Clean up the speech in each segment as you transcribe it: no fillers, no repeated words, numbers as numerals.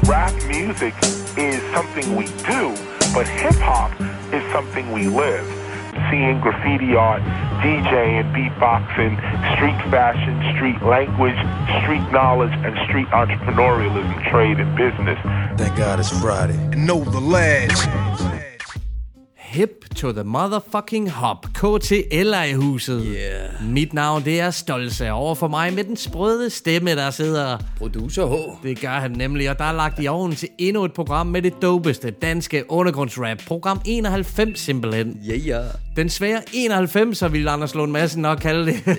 rap music is something we do, but hip-hop is something we live. Seeing graffiti art, DJing, beatboxing, street fashion, street language, street knowledge, and street entrepreneurialism, trade, and business. Thank God it's Friday. And know the lads. Hip to the motherfucking hop. KTL er i huset. Yeah. Mit navn, det er Stolze. Over for mig med den sprøde stemme, der sidder... Producer H. Det gør han nemlig, og der er lagt i ovnen til endnu et program med det dopeste danske undergrundsrap. Program 91 simpelthen. Yeah. Den svære 91'er ville Anders Lund Madsen nok kalde det.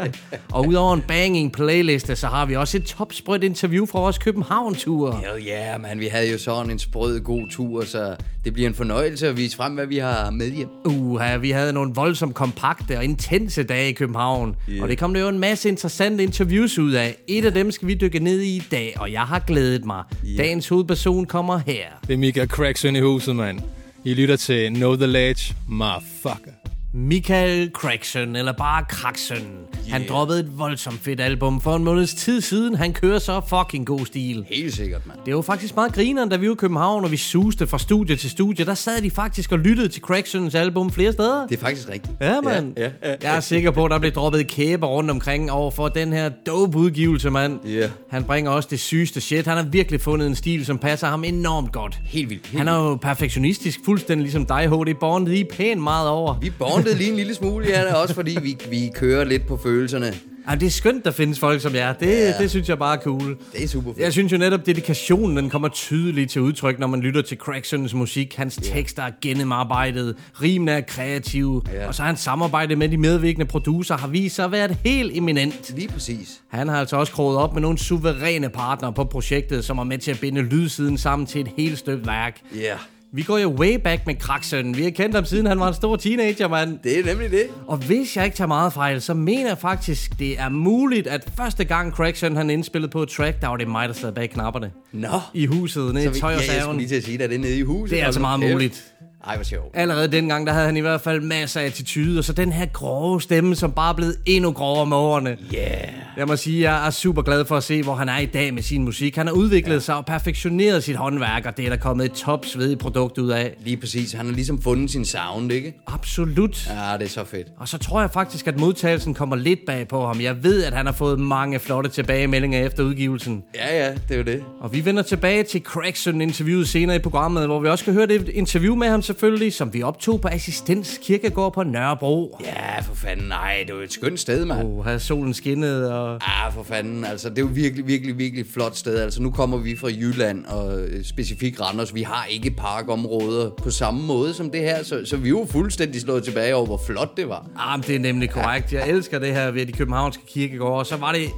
Og udover en banging playliste, så har vi også et topsprødt interview fra vores København-tur. Hell yeah, man. Vi havde jo sådan en sprød god tur, så det bliver en fornøjelse at vise frem, hvad vi har med hjem. Vi havde nogle voldsomt kompakte og intense dage i København. Yeah. Og det kom der jo en masse interessante interviews ud af. Et af dem skal vi dykke ned i dag, og jeg har glædet mig. Yeah. Dagens hovedperson kommer her. Det er Michael Crackson i huset, mand. I lytter til Know the Ledge, motherfucker. Michael Crackson, eller bare Crackson. Yeah. Han droppede et voldsomt fedt album for en måneds tid siden. Han kører så fucking god stil. Helt sikkert, mand. Det var faktisk meget grineren, da vi var i København, og vi suste fra studie til studie. Der sad de faktisk og lyttede til Cracksons album flere steder. Det er faktisk rigtigt. Ja, mand. Ja. Jeg er sikker på, at der blev droppet kæber rundt omkring over for den her dope udgivelse, mand. Yeah. Han bringer også det sygeste shit. Han har virkelig fundet en stil, som passer ham enormt godt. Helt vildt. Han er jo perfektionistisk, fuldstændig ligesom dig, H. Det bondede I pænt meget over. Vi bondede lige en lille smule, ja, også fordi vi kører lidt på følelserne. Ja, det er skønt, der findes folk som jer. Det synes jeg bare er cool. Det er super fedt. Jeg synes jo netop, dedikationen den kommer tydeligt til udtryk, når man lytter til Cracksons musik. Hans tekster er gennemarbejdet, rimene er kreative, og så hans samarbejde med de medvirkende producer har vist sig at være helt eminent. Lige præcis. Han har altså også kroget op med nogle suveræne partnere på projektet, som er med til at binde lydsiden sammen til et helt stykke værk. Ja. Yeah. Vi går jo way back med Crackson. Vi har kendt ham siden han var en stor teenager, mand. Det er nemlig det. Og hvis jeg ikke tager meget fejl, så mener jeg faktisk, det er muligt, at første gang Crackson han indspillede på et track, der var det mig, der sad bag knapperne. Nå. I huset, nede i Tøj og Saven. Jeg skulle lige til at sige, at det er nede i huset. Det er altså meget muligt. Ej, hvor sjovt. Allerede dengang, der havde han i hvert fald masser af attitude, og så den her grove stemme, som bare er blevet endnu grovere med årene. Yeah. Jeg må sige, jeg er super glad for at se, hvor han er i dag med sin musik. Han har udviklet sig og perfektioneret sit håndværk, og det er der kommet et topsvedigt produkt ud af. Lige præcis. Han har ligesom fundet sin sound, ikke? Absolut. Ja, det er så fedt. Og så tror jeg faktisk, at modtagelsen kommer lidt bag på ham. Jeg ved, at han har fået mange flotte tilbagemeldinger efter udgivelsen. Ja, det er jo det. Og vi vender tilbage til Crackson-interviewet senere i programmet, hvor vi også skal høre det interview med ham selvfølgelig, som vi optog på Assistens Kirkegård på Nørrebro. Ja, for fanden. Nej, det er jo et skønt sted, mand. Her solen skinnede og... Ja, for fanden. Altså, det er jo virkelig flot sted. Altså, nu kommer vi fra Jylland og specifikt Randers. Vi har ikke parkområder på samme måde som det her, så vi er jo fuldstændig slået tilbage over, hvor flot det var. Det er nemlig korrekt. Jeg elsker det her ved de københavnske kirkegårde. Og så var det...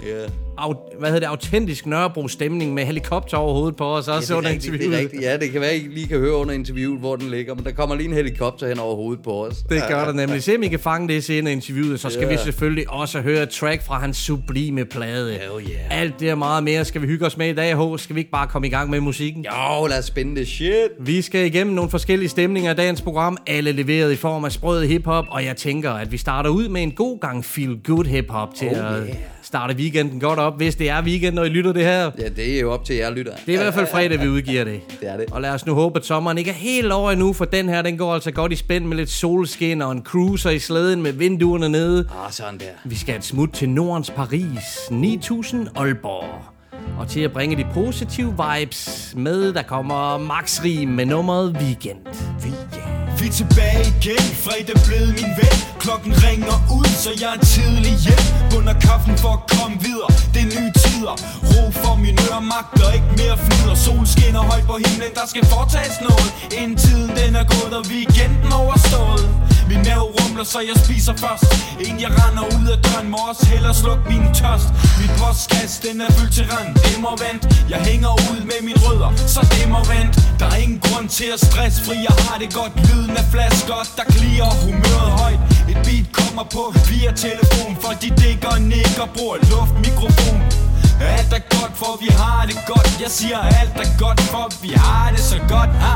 autentisk Nørrebro stemning med helikopter over hovedet på os. Også ja, det er rigtigt. Ja, det kan være, I lige kan høre under interviewet, hvor den ligger, men der kommer lige en helikopter hen over hovedet på os. Det gør der nemlig. Se, om I kan fange det senere i interviewet, så skal vi selvfølgelig også høre et track fra hans sublime plade. Alt det og meget mere skal vi hygge os med i dag, H. Skal vi ikke bare komme i gang med musikken? Jo, lad os spænde det shit. Vi skal igennem nogle forskellige stemninger af dagens program, alle leveret i form af sprød hiphop, og jeg tænker, at vi starter ud med en god gang feel good hiphop til at starte weekenden godt op, hvis det er weekend, når I lytter det her. Ja, det er jo op til jer lytter. Det er i hvert fald fredag, vi udgiver det. Det er det. Og lad os nu håbe, at sommeren ikke er helt over endnu, for den her, den går altså godt i spænd med lidt solskin og en cruiser i slæden med vinduerne nede. Sådan der. Vi skal et smut til Nordens Paris, 9000 Aalborg. Og til at bringe de positive vibes med, der kommer Max Rim med nummeret Weekend. Vi er tilbage igen, fredag blevet min ven. Klokken ringer ud, så jeg er tidlig hjem. Bunder kaffen for at komme videre, det er nye tider. Ro for mine ører, magter ikke mere flyder. Sol skinner højt på himlen, der skal foretages noget. Inden tiden den er gået, og weekenden overstået. Min mave rumler, så jeg spiser først. Inden jeg render ud af døren, må også hellere slukke min tørst. Min postkasse, den er fyldt til rand, det må vent. Jeg hænger ud med mine rødder, så det må vent. Der er ingen grund til at stress, fri jeg har det godt. Lyden af flasker, der klirer humøret højt. Et beat kommer på via telefon, for de digger og nikker, bruger luftmikrofon. Alt er godt, for vi har det godt. Jeg siger alt er godt, for vi har det så godt, ha?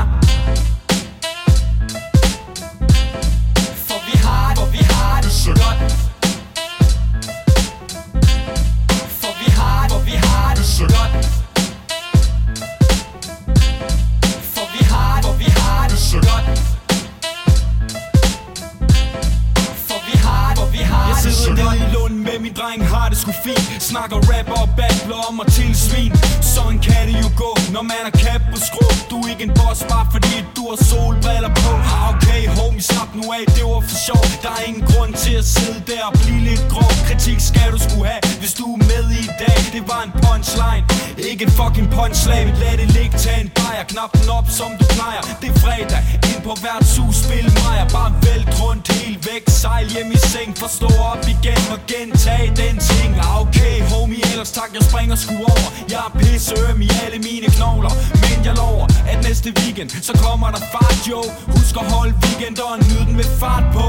For vi har det så godt. For vi har det så godt. Men min dreng har det sgu fint. Snakker rapper og battler om at tilsvin. Sådan kan det jo gå, når man er kap på skrå. Du er ikke en boss bare fordi du har solbriller på. Okay homie, slap nu af, det var for sjov. Der er ingen grund til at sidde der og blive lidt grov. Kritik skal du sgu have, hvis du er med i dag. Det var en punchline, ikke en fucking punchline. Lad det ligge, tag en bajer, knap den op som du plejer. Det er fredag, ind på værtshus, spil Maja. Bare vælt rundt, helt væk, sejl hjem i seng. Forstå op igen og gentage den ting. Okay homie, ellers tak, jeg springer sgu over. Jeg er pisseøm i alle mine knogler. Men jeg lover, at næste weekend, så kommer der fart, jo. Husk at holde weekend og nyde den med fart på.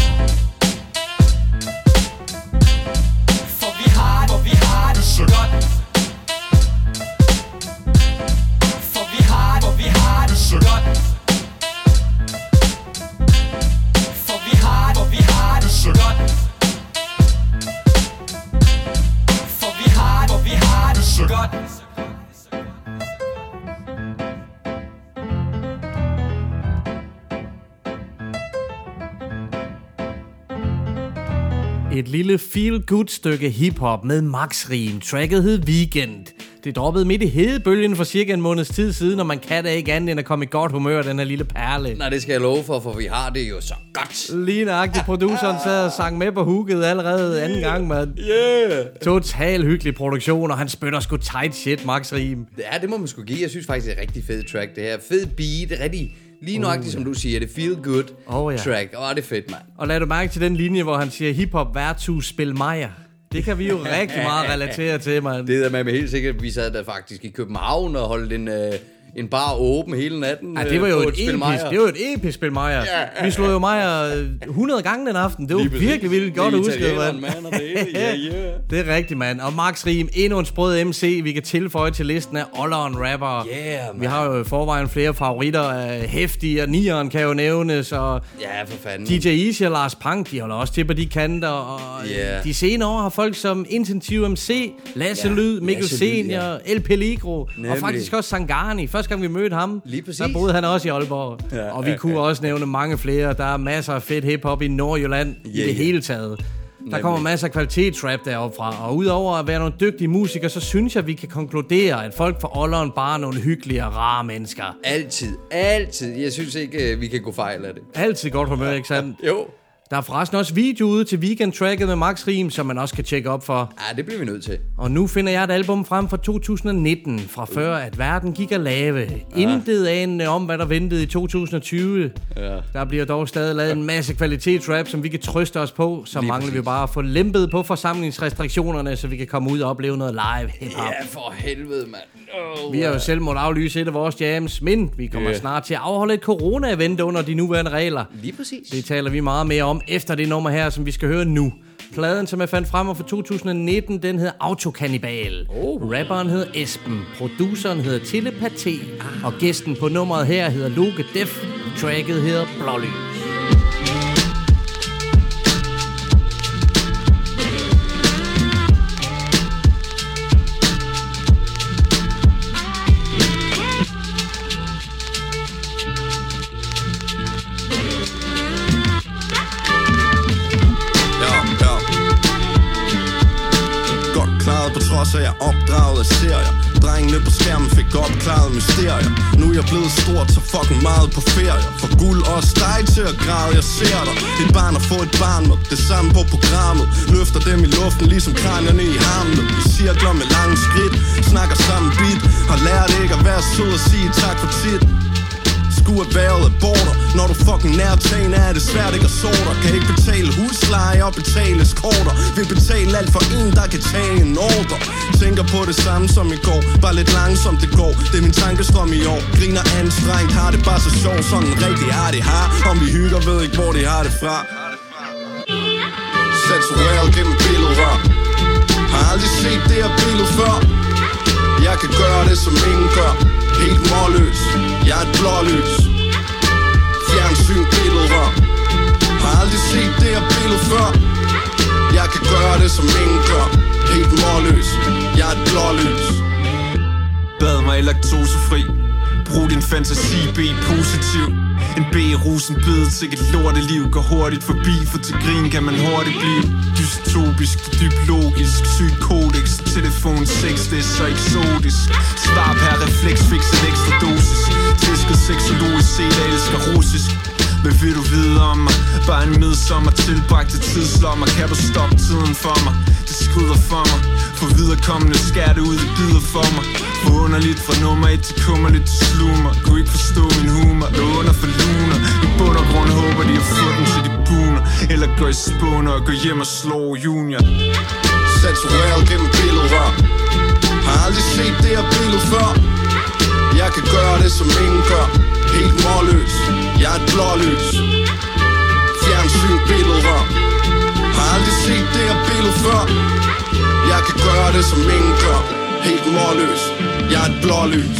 For vi har det så godt. For vi har det så godt. For vi har det så godt. For vi har det så godt. Et lille feel-good stykke hiphop med Max Rim. Tracket hed Weekend. Det droppede midt i hedebølgen for cirka en måneds tid siden, og man kan da ikke andet end at komme i godt humør, den her lille perle. Nej, det skal jeg love for vi har det jo så godt. Lige nøjagtigt. Produceren sad og sang med på hooket allerede anden gang, mand. Yeah. Total hyggelig produktion, og han spytter sgu tight shit, Max Rim. Ja, det må man sgu give. Jeg synes faktisk, det er et rigtig fed track, det her. Fed beat, det er rigtig... Lige nøjagtigt, som du siger, det feel good track. Det er fedt, mand. Og lad du mærke til den linje, hvor han siger, hiphop værtshus, spil Maja. Det kan vi jo rigtig meget relatere til, mand. Det er med helt sikkert, vi sad der faktisk i København og holdt en bar åben hele natten. Ja, det var jo et episk spil Maja. Ja. Vi slog jo Maja 100 gange den aften. Det var virkelig godt husket, mand. Det er rigtigt, mand. Og Max Rim, endnu en sprød MC, vi kan tilføje til listen af Olleren rapper. Yeah, vi har jo i forvejen flere favoritter. Heftig og Nieren kan jo nævnes. Og ja, for fanden. DJ Easy og Lars Punk, de holder også til på de kanter. Og de senere år har folk som Intensiv MC, Lasse Lyd, Mikkel Senior, El Peligro og faktisk også Sangani. Første gang vi mødte ham, der boede han også i Aalborg. Og vi kunne også nævne mange flere. Der er masser af fedt hiphop i Nordjylland i det hele taget. Der kommer masser af kvalitetsrap deroppe fra. Og udover at være nogle dygtige musikere, så synes jeg, vi kan konkludere, at folk fra Olleren bare er nogle hyggelige og rare mennesker. Altid. Jeg synes ikke, vi kan gå fejl af det. Altid godt humør, ikke sandt? Jo. Der er forresten også video ude til weekend-tracket med Max Rim, som man også kan tjekke op for. Ja, det bliver vi nødt til. Og nu finder jeg et album frem fra 2019, fra før at verden gik at lave. Intet anende om, hvad der ventede i 2020. Ja. Der bliver dog stadig lavet en masse kvalitetsrap, som vi kan trøste os på. Så mangler vi bare at få lempet på forsamlingsrestriktionerne, så vi kan komme ud og opleve noget live hiphop. Ja, for helvede, mand. Vi har jo selv måttet aflyse et af vores jams, men vi kommer snart til at afholde et corona-event under de nuværende regler. Lige præcis. Det taler vi meget mere om efter det nummer her, som vi skal høre nu. Pladen, som jeg fandt frem for 2019, den hedder Autokannibal. Rapperen hedder Esben, produceren hedder Telepathy, og gæsten på nummeret her hedder Loke Def. Tracket hedder Blålys. Så jeg opdraget af serier. Drengene på skærmen fik opklaret mysterier. Nu er jeg blevet stort, så fucking meget på ferie. For guld og steg til at græde, jeg ser dig. Et barn at få et barn med, det samme på programmet. Løfter dem i luften, ligesom kranierne i Hamlet. I cirkler med lange skridt, snakker sammen beat. Har lært ikke at være sød og sige tak for tit. Skulle erhvervet af border. Når du fucking nærtagende er det svært ikke at sorte. Kan ikke betale husleje og betale skorter. Vil betale alt for en, der kan tage en ordre. Tænker på det samme som i går, bare lidt langsomt det går. Det er min tankestrøm i år. Griner anstrengt, har det bare så sjovt. Sådan rigtig har det har. Om vi hygger, ved ikke hvor de har det fra. Satureret gennem billedrør. Har aldrig set det her billede før. Jeg kan gøre det som ingen gør. Helt målløs, jeg er et blålys. Fjernsyn, billedrør. Har aldrig set det her billede før. Jeg kan gøre det som ingen gør. Helt målløs, jeg er et blålys. Bad mig i laktosefri. Brug din fantasi, B positiv. En B-rusen bid til et lorteliv. Går hurtigt forbi, for til grin kan man hurtigt blive dystopisk. Utopisk, dybt logisk, sygt kodex. Telefon 6, det er så eksotisk. Svar per refleks, fix en ekstra dosis. Tæsket seksologisk, set jeg elsker russisk. Hvad vil du vide om mig? Bare en midsommer tilbragte tidslommer. Kan du stoppe tiden for mig? Det skrider for mig. For viderekommende skær det ud i bidder for mig. For underligt fra nummer 1 til kummerligt til slummer. Kunne ikke forstå min humor, lå under for luner. I bund og grund håber de at få den til de buner. Eller gå i spåner og gå hjem og slå junior. Satureret gennem billedrør. Har aldrig set det her billede før. Jeg kan gøre det som ingen gør. Helt målløs, jeg er et blålys. Fjernsyn billedrør. Har aldrig set det her billede før. Jeg kan gøre det som ingen gør. Helt målløs, jeg er et blålys.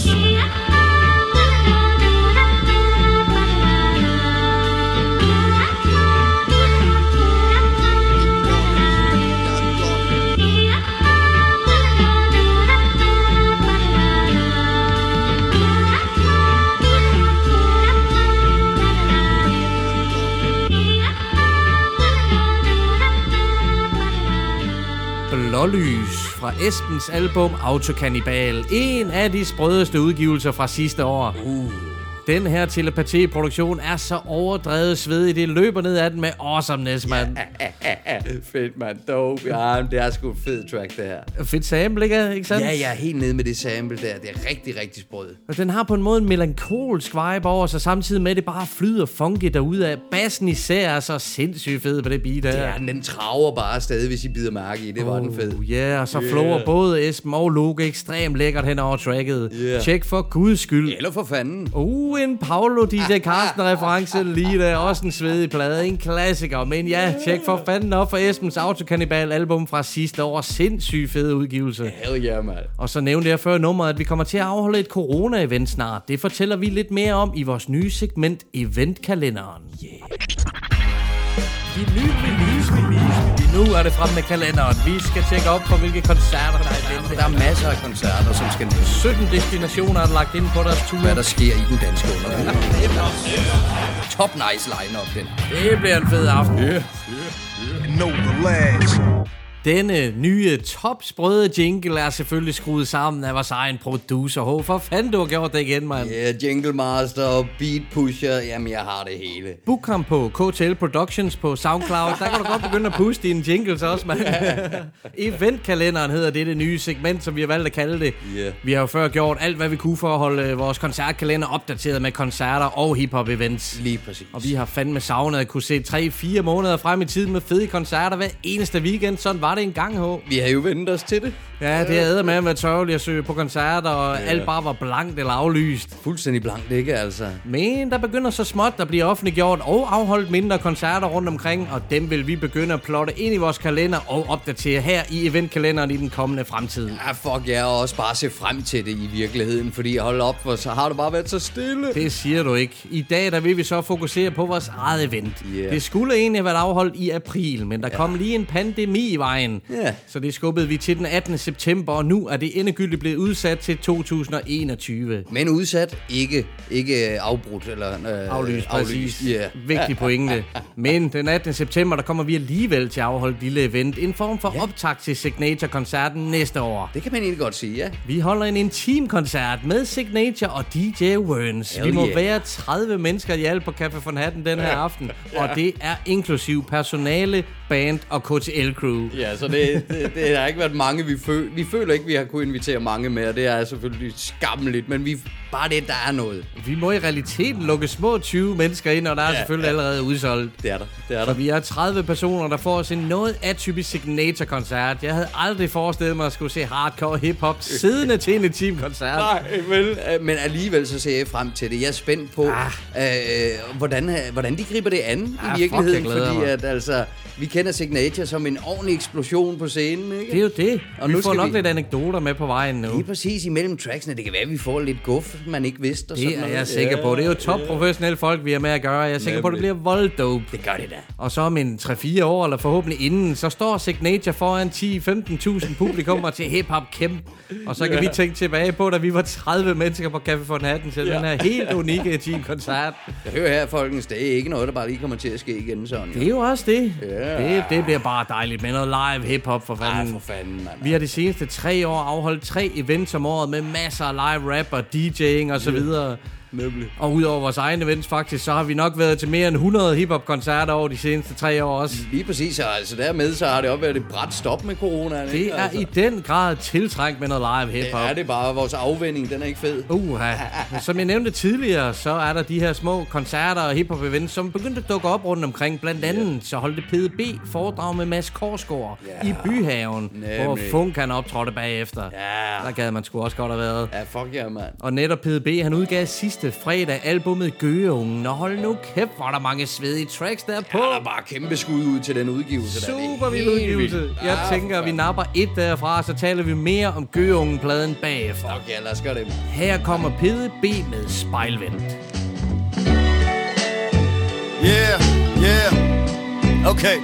Blålys fra Esbens album Autocannibal. En af de sprødeste udgivelser fra sidste år. Den her telepati-produktion er så overdrevet svedig, det løber ned ad den med awesomeness, mand. Fedt, mand. Dope. Ja, det er sgu et fedt track, det her. Fedt sample, ikke sandt? Ja, jeg er helt nede med det sample der. Det er rigtig, rigtig sprød. Og den har på en måde en melankolsk vibe over sig, samtidig med, at det bare flyder funky derudad. Bassen især er så sindssygt fed på det beat der. Ja, den traver bare stadig, hvis I bider mærke i. Det var den fed. Ja, og så flower både Esben og Loke ekstremt lækkert hen over tracket. Tjek for guds skyld. Eller for fanden. En Paolo DJ Carsten-reference lige der. Også en svedig plade. En klassiker. Men ja, tjek for fanden op for Esbens Autocannibal-album fra sidste år. Sindssygt fed udgivelse. Hell yeah, man. Og så nævnte jeg før nummeret, at vi kommer til at afholde et corona-event snart. Det fortæller vi lidt mere om i vores nye segment Eventkalenderen. De nye release. Nu er det frem med kalenderen. Vi skal tjekke op for, hvilke koncerter der er i vente. Der er masser af koncerter, som skal nævnes. 17 destinationer er lagt ind på deres tur. Hvad der sker i den danske undergrund. Top nice line-up, den. Det bliver en fed aften. Know the lads. Denne nye topsprøde jingle er selvfølgelig skruet sammen af vores egen producer. For fanden, du har gjort det igen, mand. Ja, jingle master og beat pusher. Jamen, jeg har det hele. Book ham på KTL Productions på SoundCloud. Der kan du godt begynde at puste dine jingles også, mand. Eventkalenderen hedder det nye segment, som vi har valgt at kalde det. Vi har jo før gjort alt, hvad vi kunne for at holde vores koncertkalender opdateret med koncerter og hiphop events. Lige præcis. Og vi har fandme savnet at kunne se 3-4 måneder frem i tiden med fede koncerter hver eneste weekend. Sådan var det en gang, H. Vi har jo ventet os til det. Ja, det er med at være tørveligt at søge på koncerter, og alt bare var blankt eller aflyst. Fuldstændig blankt, ikke altså? Men der begynder så småt at blive offentliggjort og afholdt mindre koncerter rundt omkring, og dem vil vi begynde at plotte ind i vores kalender og opdatere her i eventkalenderen i den kommende fremtid. Ja, fuck ja, og også bare se frem til det i virkeligheden, fordi hold op, for så har det bare været så stille. Det siger du ikke. I dag der vil vi så fokusere på vores eget event. Det skulle egentlig have været afholdt i april, men der kom lige en pandemi i vejen. Så det skubbede vi til den 18. september, og nu er det endegyldigt blevet udsat til 2021. Men udsat, ikke afbrudt eller aflyst. Præcis. Vigtig pointe. Men den 18. september, der kommer vi alligevel til at afholde et lille event. En form for optakt til Signature-koncerten næste år. Det kan man egentlig godt sige, ja. Vi holder en intim koncert med Signature og DJ Werns. Vi må være 30 mennesker i alt på Café von Hatten den her aften. Og det er inklusiv personale, band og KTL-crew. Ja, så det har ikke været mange, vi føler ikke, vi har kunnet invitere mange med, det er selvfølgelig skammeligt, men bare det, der er noget. Vi må i realiteten lukke små 20 mennesker ind, og der er selvfølgelig allerede udsolgt. Det er der. Så vi er 30 personer, der får os en noget atypisk Signature-koncert. Jeg havde aldrig forestillet mig at skulle se hardcore hip-hop siddende til en intim-koncert. Nej, vel. Men alligevel så ser jeg frem til det. Jeg er spændt på, hvordan de griber det an i virkeligheden, fordi at altså... Vi kender Signature som en ordentlig eksplosion på scenen, ikke? Det er jo det. Og vi får nok lidt anekdoter med på vejen nu. Lige præcis imellem tracksene. Det kan være, at vi får lidt guf, man ikke vidste. Og det er jeg sikker på. Det er jo top professionelle folk, vi har med at gøre. Jeg er sikker på, at det bliver volddope. Det gør det da. Og så om en 3-4 år, eller forhåbentlig inden, så står Signature foran 10-15.000 publikummer til hip-hop kæmpe. Og så kan vi tænke tilbage på, da vi var 30 mennesker på Café von Hatten til den her helt unikke teamkoncert. Jeg hører her, folkens, det er ikke noget, der bare lige kommer til at ske igen sådan. Det er jo også det. Det Det bliver bare dejligt med noget live hiphop for fanden. For fanden, mand. Vi har de seneste 3 år afholdt 3 events om året med masser af live rap og DJ'ing og så videre. Nemlig. Og udover vores egne events faktisk, så har vi nok været til mere end 100 hiphop-koncerter over de seneste 3 år også. Lige præcis, og altså dermed så har det også været et bræt stop med coronaen. Det er i den grad tiltrængt med noget live hiphop. Det er det bare. Vores afvinding, den er ikke fed. Som jeg nævnte tidligere, så er der de her små koncerter og hiphop-events, som begyndte at dukke op rundt omkring. Blandt andet så holdte PDB foredrag med Mads Korsgaard i Byhaven, hvor Funk han optrådte bagefter. Der gad man sgu også godt have været. Ja, fuck ja, mand. Og netop PDB, han udgav sidste fredag albumet Gøgeungen. Og hold nu kæft, hvor der mange svedige tracks der på. Ja, der er bare kæmpe skud ud til den udgivelse. Super vild udgivelse. Jeg tænker, vi napper et derfra, så taler vi mere om Gøgeungen-pladen bagefter. Okay, lad os gøre det. Her kommer PDB med Spejlvendt. Okay,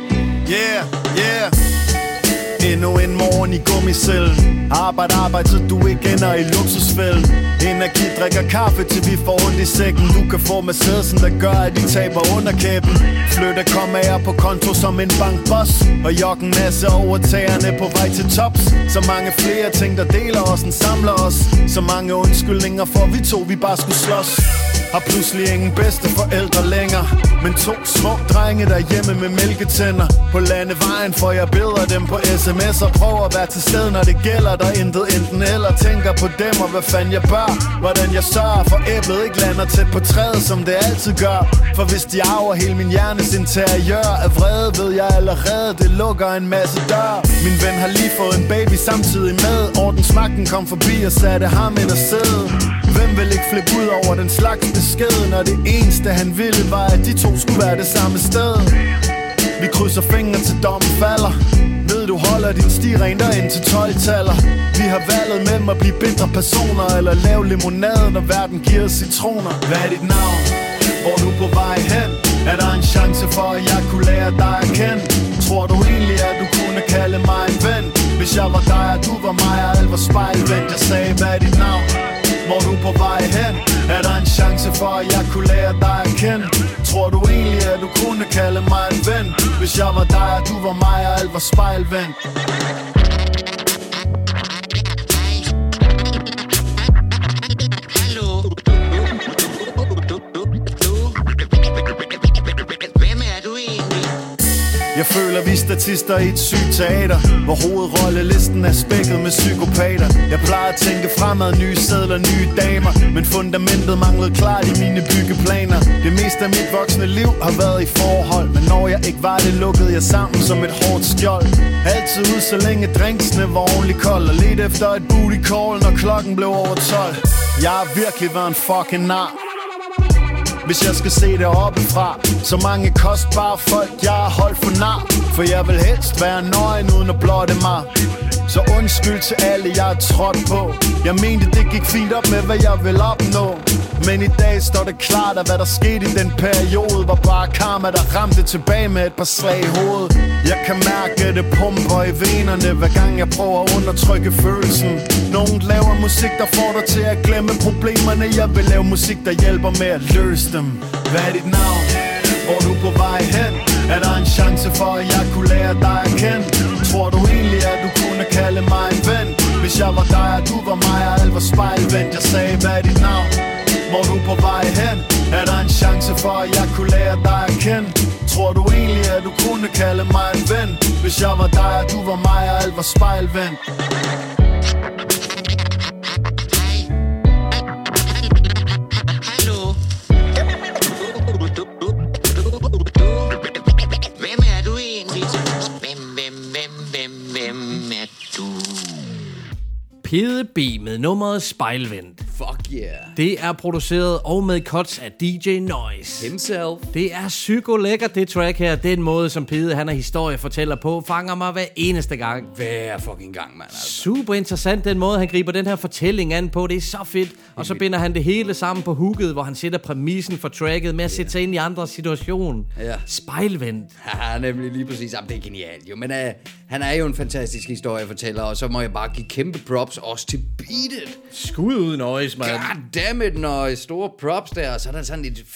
endnu en morgen i gummicellen. Arbejde, så du ikke ender i luksusfælden. Energi drikker kaffe, til vi får ondt i sækken. Du kan få Mercedesen, der gør, at de taber underkæben. Flytter kommager på konto som en bankboss. Og joggen masse over tæerne på vej til tops. Så mange flere ting, der deler os end samler os. Så mange undskyldninger for vi to, vi bare skulle slås. Har pludselig ingen bedste forældre længere. Men 2 små drenge derhjemme med mælketænder. På landevejen får jeg billeder dem på sms. Og prøver at være til stede, når det gælder. Der intet enten eller. Tænker på dem og hvad fanden jeg bør. Hvordan jeg sørger for æblet ikke lander tæt på træet, som det altid gør. For hvis de arver hele min hjernes interiør af vrede, ved jeg allerede, det lukker en masse dør. Min ven har lige fået en baby samtidig med. Ordensmagten kom forbi og satte ham ind og sæde. Hvem vil ikke flippe ud over den slags besked, når det eneste han ville var, at de to skulle være det samme sted. Vi krydser fingre til dommen falder. Ved du holder din sti rent og ind til 12-taller. Vi har valget mellem at blive bitre personer eller lave limonade, når verden giver os citroner. Hvad er dit navn? Hvor er du på vej hen? Er der en chance for, at jeg kunne lære dig at kende? Tror du egentlig, at du kunne kalde mig en ven? Hvis jeg var dig, og du var mig, og alt var spejlvendt. Jeg sagde, hvad er dit navn? Hvor du på vej hen? Er der en chance for, at jeg kunne lære dig at kende? Tror du egentlig, at du kunne kalde mig en ven? Hvis jeg var dig, og du var mig, og alt var spejlvendt. Jeg føler, vi statister i et sygt teater, hvor hovedrollelisten er spækket med psykopater. Jeg plejer at tænke fremad, nye sædler, nye damer, men fundamentet manglede klart i mine byggeplaner. Det meste af mit voksne liv har været i forhold, men når jeg ikke var det, lukkede jeg sammen som et hårdt skjold. Altid ud, så længe drinksene var ordentlig kold, og lidt efter et booty call, når klokken blev over 12. Jeg har virkelig været en fucking nar, hvis jeg skal se det oppefra. Så mange kostbare folk, jeg har holdt for nar. For jeg vil helst være nøgen uden at blotte mig. Så undskyld til alle, jeg har trådt på. Jeg mente, det gik fint op med, hvad jeg vil opnå. Men i dag står det klart, at hvad der skete i den periode var bare karma, der ramte tilbage med et par slag i hovedet. Jeg kan mærke, at det pumper i venerne, hver gang jeg prøver at undertrykke følelsen. Nogen laver musik, der får dig til at glemme problemerne. Jeg vil lave musik, der hjælper med at løse dem. Hvad er dit navn? Hvor er du på vej hen? Er der en chance for, at jeg kunne lære dig at kende? Tror du egentlig, at du kunne kalde mig en ven? Hvis jeg var dig, og du var mig, og alt var spejlvendt. Jeg sagde, hvad er dit navn? Hvor er du på vej hen? Er der en chance for, at jeg kunne lære dig at kende? Tror du egentlig, at du kunne kalde mig en ven? Hvis jeg var dig, og du var mig, og alt var spejlvendt. Hvem er du egentlig? Hvem er du? PDB med nummeret Spejlvendt. Fuck yeah. Det er produceret og med cuts af DJ Noise himself. Det er psyko-lækkert, det track her. Den måde, som Pede han er historiefortæller på, fanger mig hver eneste gang. Hver fucking gang, mand. Altså. Super interessant, den måde, han griber den her fortælling an på. Det er så fedt. Og så binder han det hele sammen på hooket, hvor han sætter præmissen for tracket med at sætte sig ind i andre situation. Ja. Spejlvendt. Ja, nemlig lige præcis. Jamen, det er genialt jo. Men han er jo en fantastisk historiefortæller, og så må jeg bare give kæmpe props også til beatet. Skud ud Noise, mand. goddammit, når store props der, så er der sådan lidt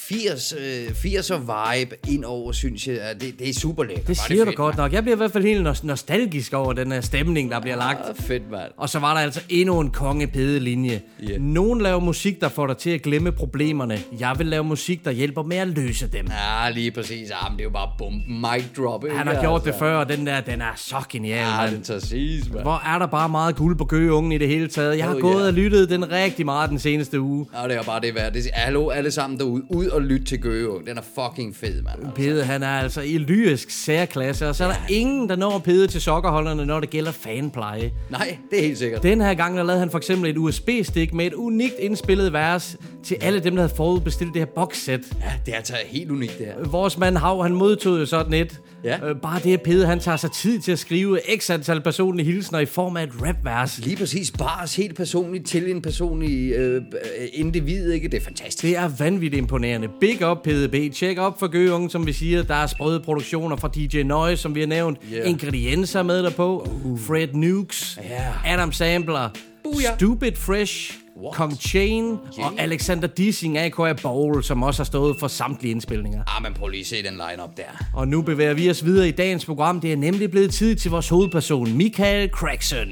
80'er vibe ind over, synes jeg. Det er super lækkert. Det siger du godt nok. Jeg bliver i hvert fald helt nostalgisk over den her stemning, der bliver lagt. Fedt, mand. Og så var der altså endnu en kongepedelinje. Yeah. Nogen laver musik, der får dig til at glemme problemerne. Jeg vil lave musik, der hjælper med at løse dem. Ja, lige præcis. Men det er jo bare bomben. Mic drop. Han har gjort det før, og den er så genial, det tager siges, mand. Hvor er der bare meget guld på Gøgeungen i det hele taget. Jeg har gået og lyttet den rigtig meget den seneste uge. Ja, det er bare det værd. Hallo, alle sammen derude. Ud og lyt til Gøgeungen. Den er fucking fed, mand. Pede, han er altså i lyrisk særklasse, og så er der ingen, der når Pede til sokkerholderne, når det gælder fanpleje. Nej, det er helt sikkert. Den her gang, der lavede han for eksempel et USB-stik med et unikt indspillet vers til alle dem, der havde forudbestilt det her boxsæt. Ja, det er altså helt unikt, det her. Vores mand Hav, han modtog jo sådan et. Ja. Bare det, Pede, han tager sig tid til at skrive x antal personlige hilsner i form af et rapvers. Lige præcis. Bare helt personligt til en personlig individ, ikke? Det er fantastisk. Det er vanvittigt imponerende. Big up, PDB. Check op for Gøgeungen, som vi siger. Der er sprøde produktioner fra DJ Noise, som vi har nævnt. Yeah. Ingredienser med derpå. Fred Nukes. Adam Sampler. Stupid Fresh. Kong Chain og Alexander Dissing, a.k.a. Bowl, som også har stået for samtlige indspilninger. Men prøv lige at se den line-up der. Og nu bevæger vi os videre i dagens program. Det er nemlig blevet tid til vores hovedperson, Michael Crackson.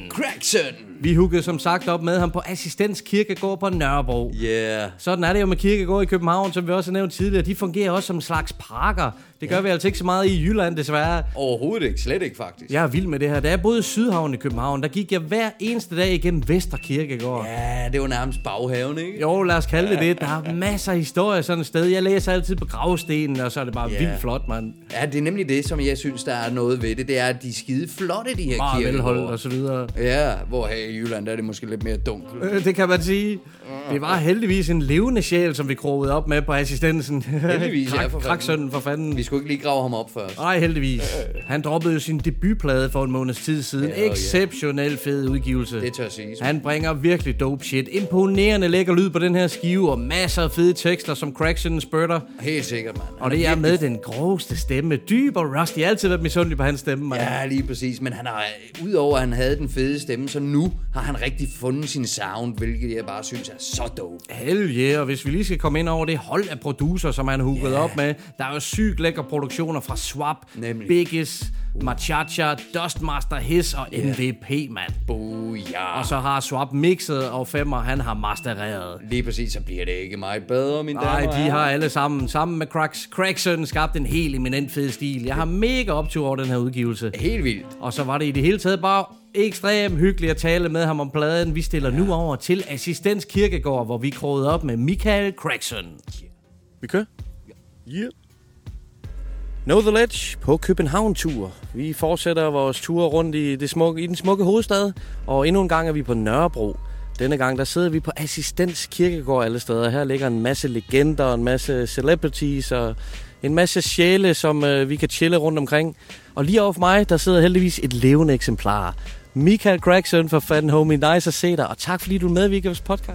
Vi huggede som sagt op med ham på Assistens Kirkegård på Nørrebro. Sådan er det jo med kirkegård i København, som vi også har nævnt tidligere. De fungerer også som en slags parker. Det gør vi altså ikke så meget i Jylland, desværre. Overhovedet ikke. Slet ikke, faktisk. Jeg er vild med det her. Da jeg boede i Sydhavn i København, der gik jeg hver eneste dag igennem Vestre Kirkegård. Ja, det var nærmest baghaven, ikke? Jo, lad os kalde det. Der er masser af historier sådan et sted. Jeg læser altid på gravstenen, og så er det bare vildt flot, mand. Ja, det er nemlig det, som jeg synes, der er noget ved det. Det er, at de er skide flotte, de her kirkegård. Velholdt og så videre. Ja, hvor her i Jylland der er det måske lidt mere dunkelt. Det kan man sige. Det var heldigvis en levende sjæl, som vi krogede op med på assistensen. Heldigvis, ja, for Kraksønnen for fanden. Vi skulle ikke lige grave ham op først. Nej, heldigvis. Han droppede jo sin debutplade for en måneds tid siden. Exceptionelt fed udgivelse. Det tør jeg sige. Han bringer virkelig dope shit. Imponerende lækker lyd på den her skive, og masser af fede tekster, som Crackson spurter. Helt sikkert, mand. Og det er med den groveste stemme. Dyb og rusty. Jeg har altid været misundelig på hans stemme, mand. Ja, lige præcis. Men han har, udover at han havde den fede stemme, så nu har han rigtig fundet sin sound, hvilket jeg bare synes er så dope. Hell yeah, og hvis vi lige skal komme ind over det hold af producer, som han har hooket op med, der er jo sygt lækre produktioner fra Swap, Biggest, Machacha, Dustmaster Hiss og MVP, mand. Og så har Swap mixet, og Femmer, han har mastereret. Lige præcis, så bliver det ikke meget bedre, mine damer. Nej, de har alle sammen med Crackson skabt en helt eminent fed stil. Jeg har mega optur over den her udgivelse. Helt vildt. Og så var det i det hele taget bare ekstremt hyggeligt at tale med ham om pladen. Vi stiller nu over til Assistens Kirkegård, hvor vi krogede op med Michael Crackson. Vi kører? Yeah. Know the Ledge på København-tur. Vi fortsætter vores tur rundt i den smukke hovedstad, og endnu en gang er vi på Nørrebro. Denne gang der sidder vi på Assistens Kirkegård alle steder. Her ligger en masse legender, en masse celebrities og en masse sjæle, som vi kan chille rundt omkring. Og lige over for mig, der sidder heldigvis et levende eksemplar. Michael Crackson, for fanden homie, nice at se dig, og tak fordi du medvirker i vores podcast.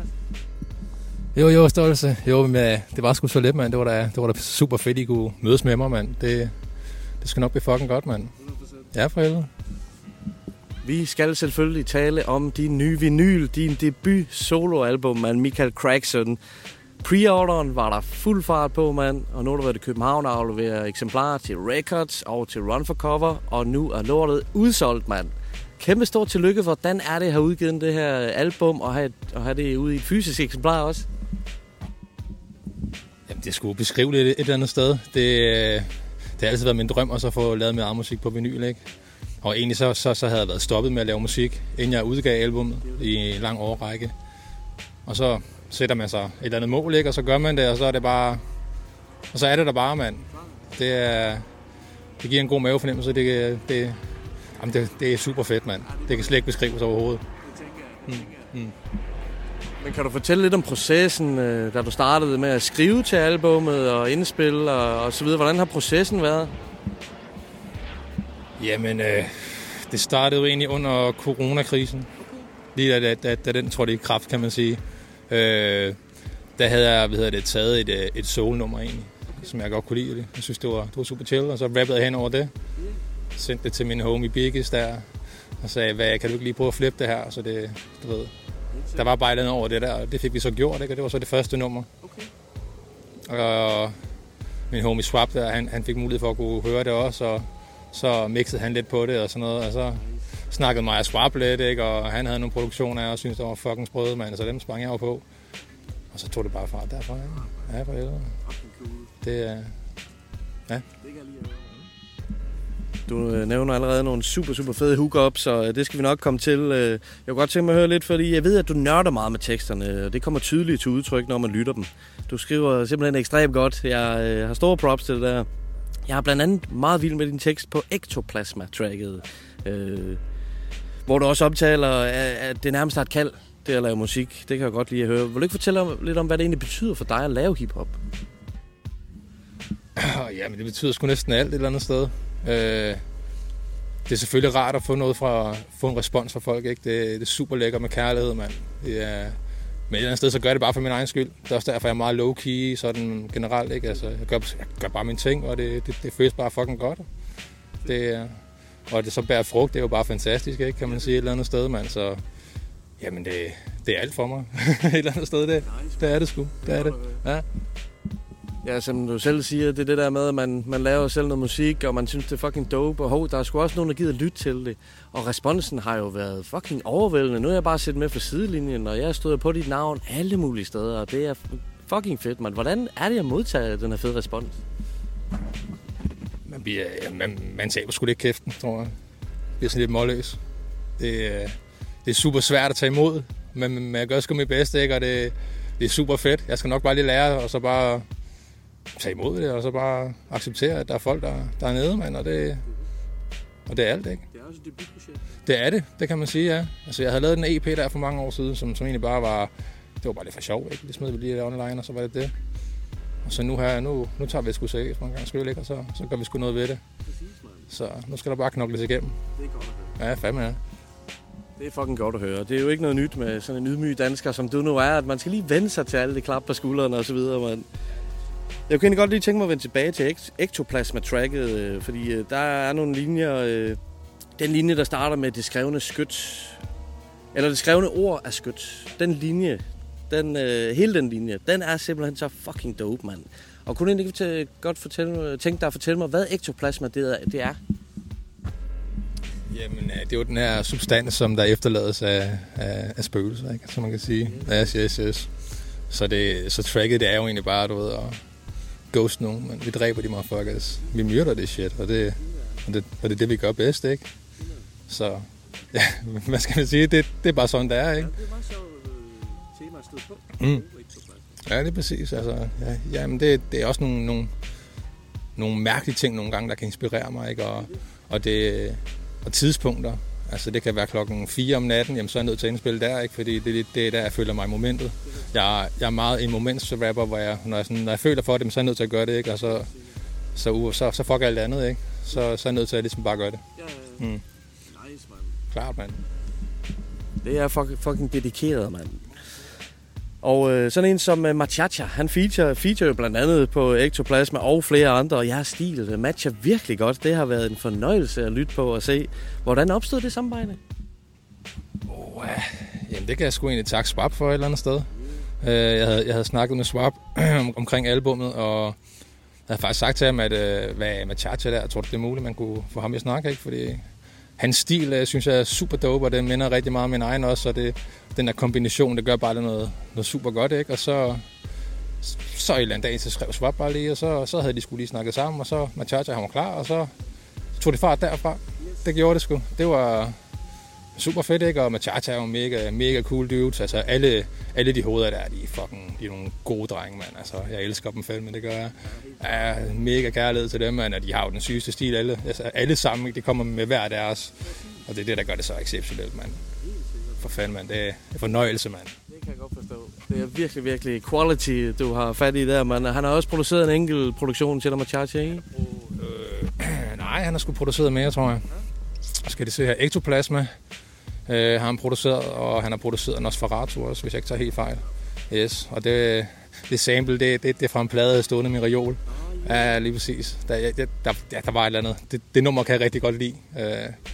Jo, stolte. Jo, men det var sgu så let, mand. Det var da super fedt, I kunne mødes med mig, mand. Det skal nok blive fucking godt, mand. Ja, for helvede. Vi skal selvfølgelig tale om din nye vinyl, din debut soloalbum, man, Michael Crackson. Pre-orderen var der fuld fart på, mand, og nu har du været i København og afleveret eksemplarer til Records og til Run for Cover, og nu er lortet udsolgt, mand. Kæmpe stort tillykke. Hvordan er det at have udgivet det her album og have det ude i et fysisk eksemplar også? Jamen, det skulle beskrive det et eller andet sted. Det har altid været min drøm at så få lavet mere musik på vinyl, ikke? Og egentlig så havde jeg været stoppet med at lave musik, inden jeg udgav albumet i en lang årrække. Og så sætter man sig et eller andet mål, ikke? Og så gør man det, og så er det bare... Og så er det der bare, mand. Det giver en god mavefornemmelse. Det er super fedt, mand. Det kan slet ikke beskrives overhovedet. Men kan du fortælle lidt om processen, da du startede med at skrive til albummet og indspille og så videre? Hvordan har processen været? Jamen, det startede jo egentlig under coronakrisen. Lige da den trådte i kraft, kan man sige. Der havde jeg taget et soul-nummer egentlig, som jeg godt kunne lide. Jeg synes, det var super chill, og så rappede jeg hen over det. Sendte det til min homie Biggest der, og sagde, kan du ikke lige prøve at flippe det her? Så det, du ved, Der var bare et eller andet over det der, og det fik vi så gjort, ikke? Og det var så det første nummer. Okay. Og min homie Swap der, han fik mulighed for at kunne høre det også, og så mixede han lidt på det og sådan noget, og så snakkede mig og Swap lidt, ikke? Og han havde nogle produktioner af, og syntes, det var fucking sprøde, mand, så dem sprang jeg på. Og så tog det bare fra derfra, ikke? Ja, for helvede. Det er... Ja. Du nævner allerede nogle super, super fede hookups, så det skal vi nok komme til. Jeg kunne godt tænke mig at høre lidt, fordi jeg ved, at du nørder meget med teksterne, og det kommer tydeligt til udtryk, når man lytter dem. Du skriver simpelthen ekstremt godt. Jeg har store props til det der. Jeg er blandt andet meget vild med din tekst på Ektoplasma-tracket, hvor du også omtaler, at det nærmest er et kald, det at lave musik. Det kan jeg godt lide at høre. Vil du ikke fortælle lidt om, hvad det egentlig betyder for dig at lave hiphop? Ja, men det betyder sgu næsten alt et eller andet sted. Det er selvfølgelig rart at få en respons fra folk, ikke? Det er super lækker med kærlighed, mand. Men et eller andet sted, så gør jeg det bare for min egen skyld. Det er også derfor, jeg er meget low-key, sådan generelt, ikke? Altså, jeg gør bare mine ting, og det føles bare fucking godt. Og det så bærer frugt, det er jo bare fantastisk, ikke? Kan man sige et eller andet sted, mand. Så jamen, det er alt for mig. Et eller andet sted, det er det sgu. Det er det, ja. Ja, som du selv siger, det er det der med, at man laver selv noget musik, og man synes, det er fucking dope, og der er sgu også nogen, der gider lytte til det. Og responsen har jo været fucking overvældende. Nu er jeg bare siddet med for sidelinjen, og jeg stod på dit navn alle mulige steder, og det er fucking fedt, man. Hvordan er det at modtage den her fede respons? Man taber sgu lidt kæften, tror jeg. Det bliver sådan lidt målløs. Det er super svært at tage imod, men jeg gør sgu mit bedste, ikke? Og det er super fedt. Jeg skal nok bare lige lære, og så bare tage imod det, og så bare acceptere, at der er folk, der er nede, mand, og det er alt, ikke? Det er også et debutprojekt. Det er det kan man sige, ja. Altså, jeg havde lavet en EP der for mange år siden, som egentlig bare var, det var bare lidt for sjov, ikke? Det smed vi lige online, og så var det. Og så nu tager vi sgu seriøst mange gange skrive, ikke? Og så gør vi sgu noget ved det. Så nu skal der bare knokles igennem. Det er godt at høre. Ja, fandme ja. Det er fucking godt at høre. Det er jo ikke noget nyt med sådan en ydmyg dansker, som du nu er, at man skal lige vende sig til alle det klap på skuldrene og så videre, man. Jeg kunne godt lige tænke mig at vende tilbage til Ektoplasma-tracket, fordi der er nogle linjer. Den linje, der starter med det skrevne skyt, eller det skrevne ord af skyt. Den linje, hele den linje, den er simpelthen så fucking dope, mand. Og kunne du ikke godt tænke dig at fortælle mig, hvad ektoplasma det er? Jamen, det er jo den her substans, som der efterlades af spøgelser, ikke? Som man kan sige. Yes. Så tracket, det er jo egentlig bare, du ved, at ghost nogen, men vi dræber de motherfuckers. Vi myrder det shit, og det er det, vi gør bedst, ikke? Så, ja, hvad skal man sige? Det er bare sådan, det er, ikke? Det var så tema at støde på. Ja, det er præcis. Altså, ja, men det er også nogle mærkelige ting nogle gange, der kan inspirere mig, ikke? Og tidspunkter. Altså, det kan være 4:00 om natten, jamen så er jeg nødt til at indspille der, ikke? Fordi det er der, jeg føler mig i momentet. Jeg er meget en momentsrapper, hvor når jeg føler for det, så er jeg nødt til at gøre det, ikke? Og så fucker alt andet, ikke? Så er jeg nødt til at ligesom bare gøre det. Nice, man. Klart, mand. Det er fucking dedikeret, mand. Og sådan en som Machacha, han feature jo blandt andet på Ektoplasma og flere andre, og jeres stil matcher virkelig godt. Det har været en fornøjelse at lytte på og se. Hvordan opstod det samarbejde? Jamen det kan jeg sgu egentlig takke Swap for et eller andet sted. Jeg havde snakket med Swap omkring albummet, og jeg havde faktisk sagt til ham, at hvad Machacha der, jeg tror det er muligt, man kunne få ham i at snakke, ikke? Fordi hans stil, synes jeg, er super dope, og den minder rigtig meget om min egen også, og den der kombination, det gør bare noget super godt, ikke? Og så en eller anden dag, så skrev Swap bare lige, og så havde de skulle lige snakket sammen, og så Machacha, han var klar, og så tog det fart derfra. Det gjorde det sgu. Det var super fedt, ikke? Og Machacha er jo mega cool dudes. Altså alle de hoveder der, de er nogle gode drenge, mand. Altså jeg elsker dem fandme, det gør jeg. Jeg er mega kærlighed til dem, mand, og de har jo den sygeste stil. Alle sammen, de kommer med hver deres. Og det er det, der gør det så exceptionelt, mand. For fanden, mand. Det er fornøjelse, mand. Det kan jeg godt forstå. Det er virkelig, virkelig quality, du har fat i der, mand. Han har også produceret en enkelt produktion til dig, Machacha, ikke? Nej, han har sgu produceret mere, tror jeg. Skal det se her, Ektoplasma har han produceret, og han har produceret Nosferatu også, hvis jeg ikke tager helt fejl. Yes, og det sample, det er fra en plade stående med reol. Ja, lige præcis. Der var et eller andet. Det nummer kan jeg rigtig godt lide.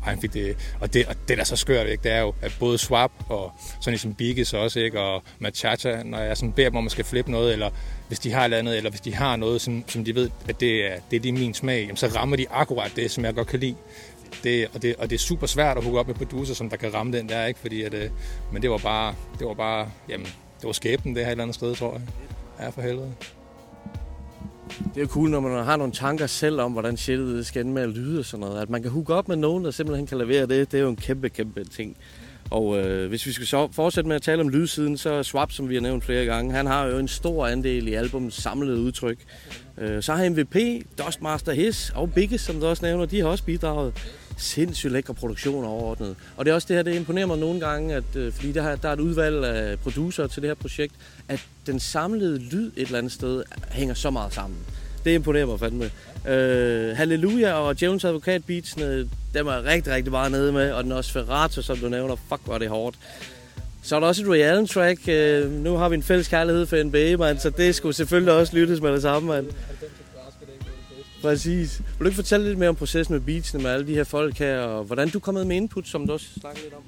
Og han fik det, og det der er så skørt, ikke, det er jo, at både Swap og sådan ligesom Biggies også, ikke, og Machacha, når jeg sådan beder dem om, at man skal flippe noget, eller hvis de har et eller andet, eller hvis de har noget, som de ved, at det er min smag, jamen, så rammer de akkurat det, som jeg godt kan lide. Og det er super svært at hooke op med producer, som der kan ramme den der, ikke, fordi at, men det var bare, jamen, det var skæbnen det her et eller andet sted, tror jeg. Ja, for helvede. Det er jo cool, når man har nogle tanker selv om, hvordan shitet skal ende med at lyde og sådan noget. At man kan hooke op med nogen, der simpelthen kan levere det, det er jo en kæmpe ting. Og hvis vi skal så fortsætte med at tale om lydsiden, så er Swap, som vi har nævnt flere gange, han har jo en stor andel i albumets samlede udtryk. Så har MVP, Dustmaster Hiss og Biggest, som du også nævner, de har også bidraget. Sindssygt lækre produktioner overordnet. Og det er også det her, det imponerer mig nogle gange, at fordi der er et udvalg af producer til det her projekt, at den samlede lyd et eller andet sted hænger så meget sammen. Det imponerer mig fandme. Halleluja og Jones Advokat beatsene, dem er rigtig, rigtig meget nede med, og den Nosferatu, som du nævner, fuck hvor det hårdt. Så er der også et Ray Allen track. Nu har vi en fælles kærlighed for NBA, man, så det skulle selvfølgelig også lyttes med det samme, man. Præcis. Vil du ikke fortælle lidt mere om processen med beatsene, med alle de her folk her, og hvordan du er kommet med input, som du også snakker lidt om?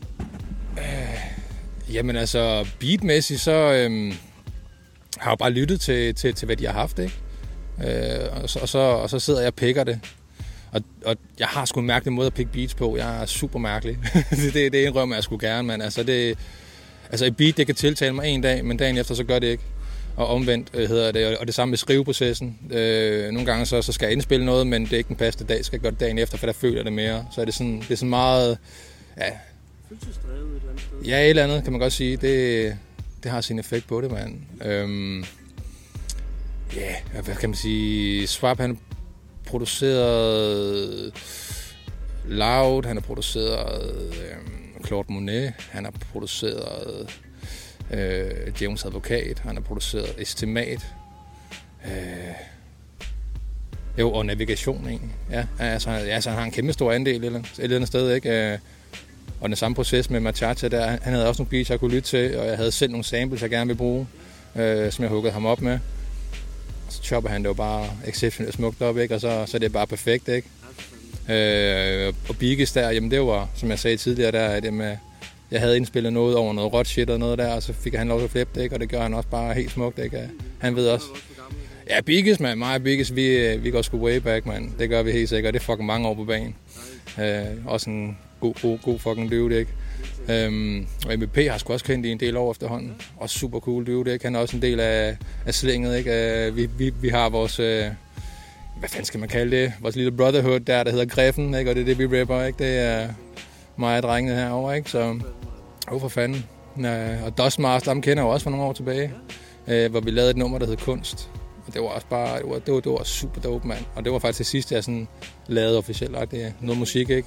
Jamen altså, beatmæssigt, så har jeg bare lyttet til hvad de har haft, ikke? Og så sidder jeg og picker det. Og jeg har sgu en mærkelig måde at pick beats på. Jeg er super mærkelig. det indrømmer jeg sgu gerne, men altså et beat, det kan tiltale mig en dag, men dagen efter, så gør det ikke. Og omvendt hedder det, og det samme med skriveprocessen. Nogle gange så skal jeg indspille noget, men det er ikke den passende dag, skal jeg gøre det dagen efter, for der føler jeg det mere. Så er det er sådan meget, ja. Følelsesdrevet et eller andet sted? Ja, et eller andet, kan man godt sige. Det har sin effekt på det, mand. Hvad kan man sige? Swap, han produceret Loud, han har produceret Claude Monet, han har produceret Jones Advokat, han har produceret Estimat, og Navigation egentlig. Ja, altså han har en kæmpe stor andel et eller andet sted, ikke? Og den samme proces med Machacha der, han havde også nogle beats, jeg kunne lytte til, og jeg havde selv nogle samples, jeg gerne ville bruge, som jeg huggede ham op med. Så chopper han det jo bare exceptionelt smukt op, ikke? Og så er det bare perfekt, ikke? Og Biggest der, jamen det var, som jeg sagde tidligere, der det med, jeg havde indspillet noget over noget rot shit og noget der, og så fik han lov til at flippe det, ikke? Og det gør han også bare helt smukt, ikke? Han ved også. Ja, Biggest, man, mig og Biggest, vi går sgu way back, man. Det gør vi helt sikkert, det er fucking mange år på banen. Også en god fucking dude, ikke? Og MVP har sgu også kendt i en del år efterhånden. Også super cool dude, ikke? Han er også en del af slinget, ikke? Vi har vores, hvad fanden skal man kalde det? Vores lille brotherhood der hedder Greffen, ikke? Og det er det, vi rapper, ikke? Det er mig og drengene herovre, ikke? Så, for fanden. Og Dustmaster, dem kender jeg også for nogle år tilbage, hvor vi lavede et nummer, der hed Kunst. Og det var også bare, det var super dope, mand. Og det var faktisk det sidste, jeg sådan lavede officielt, noget musik, ikke?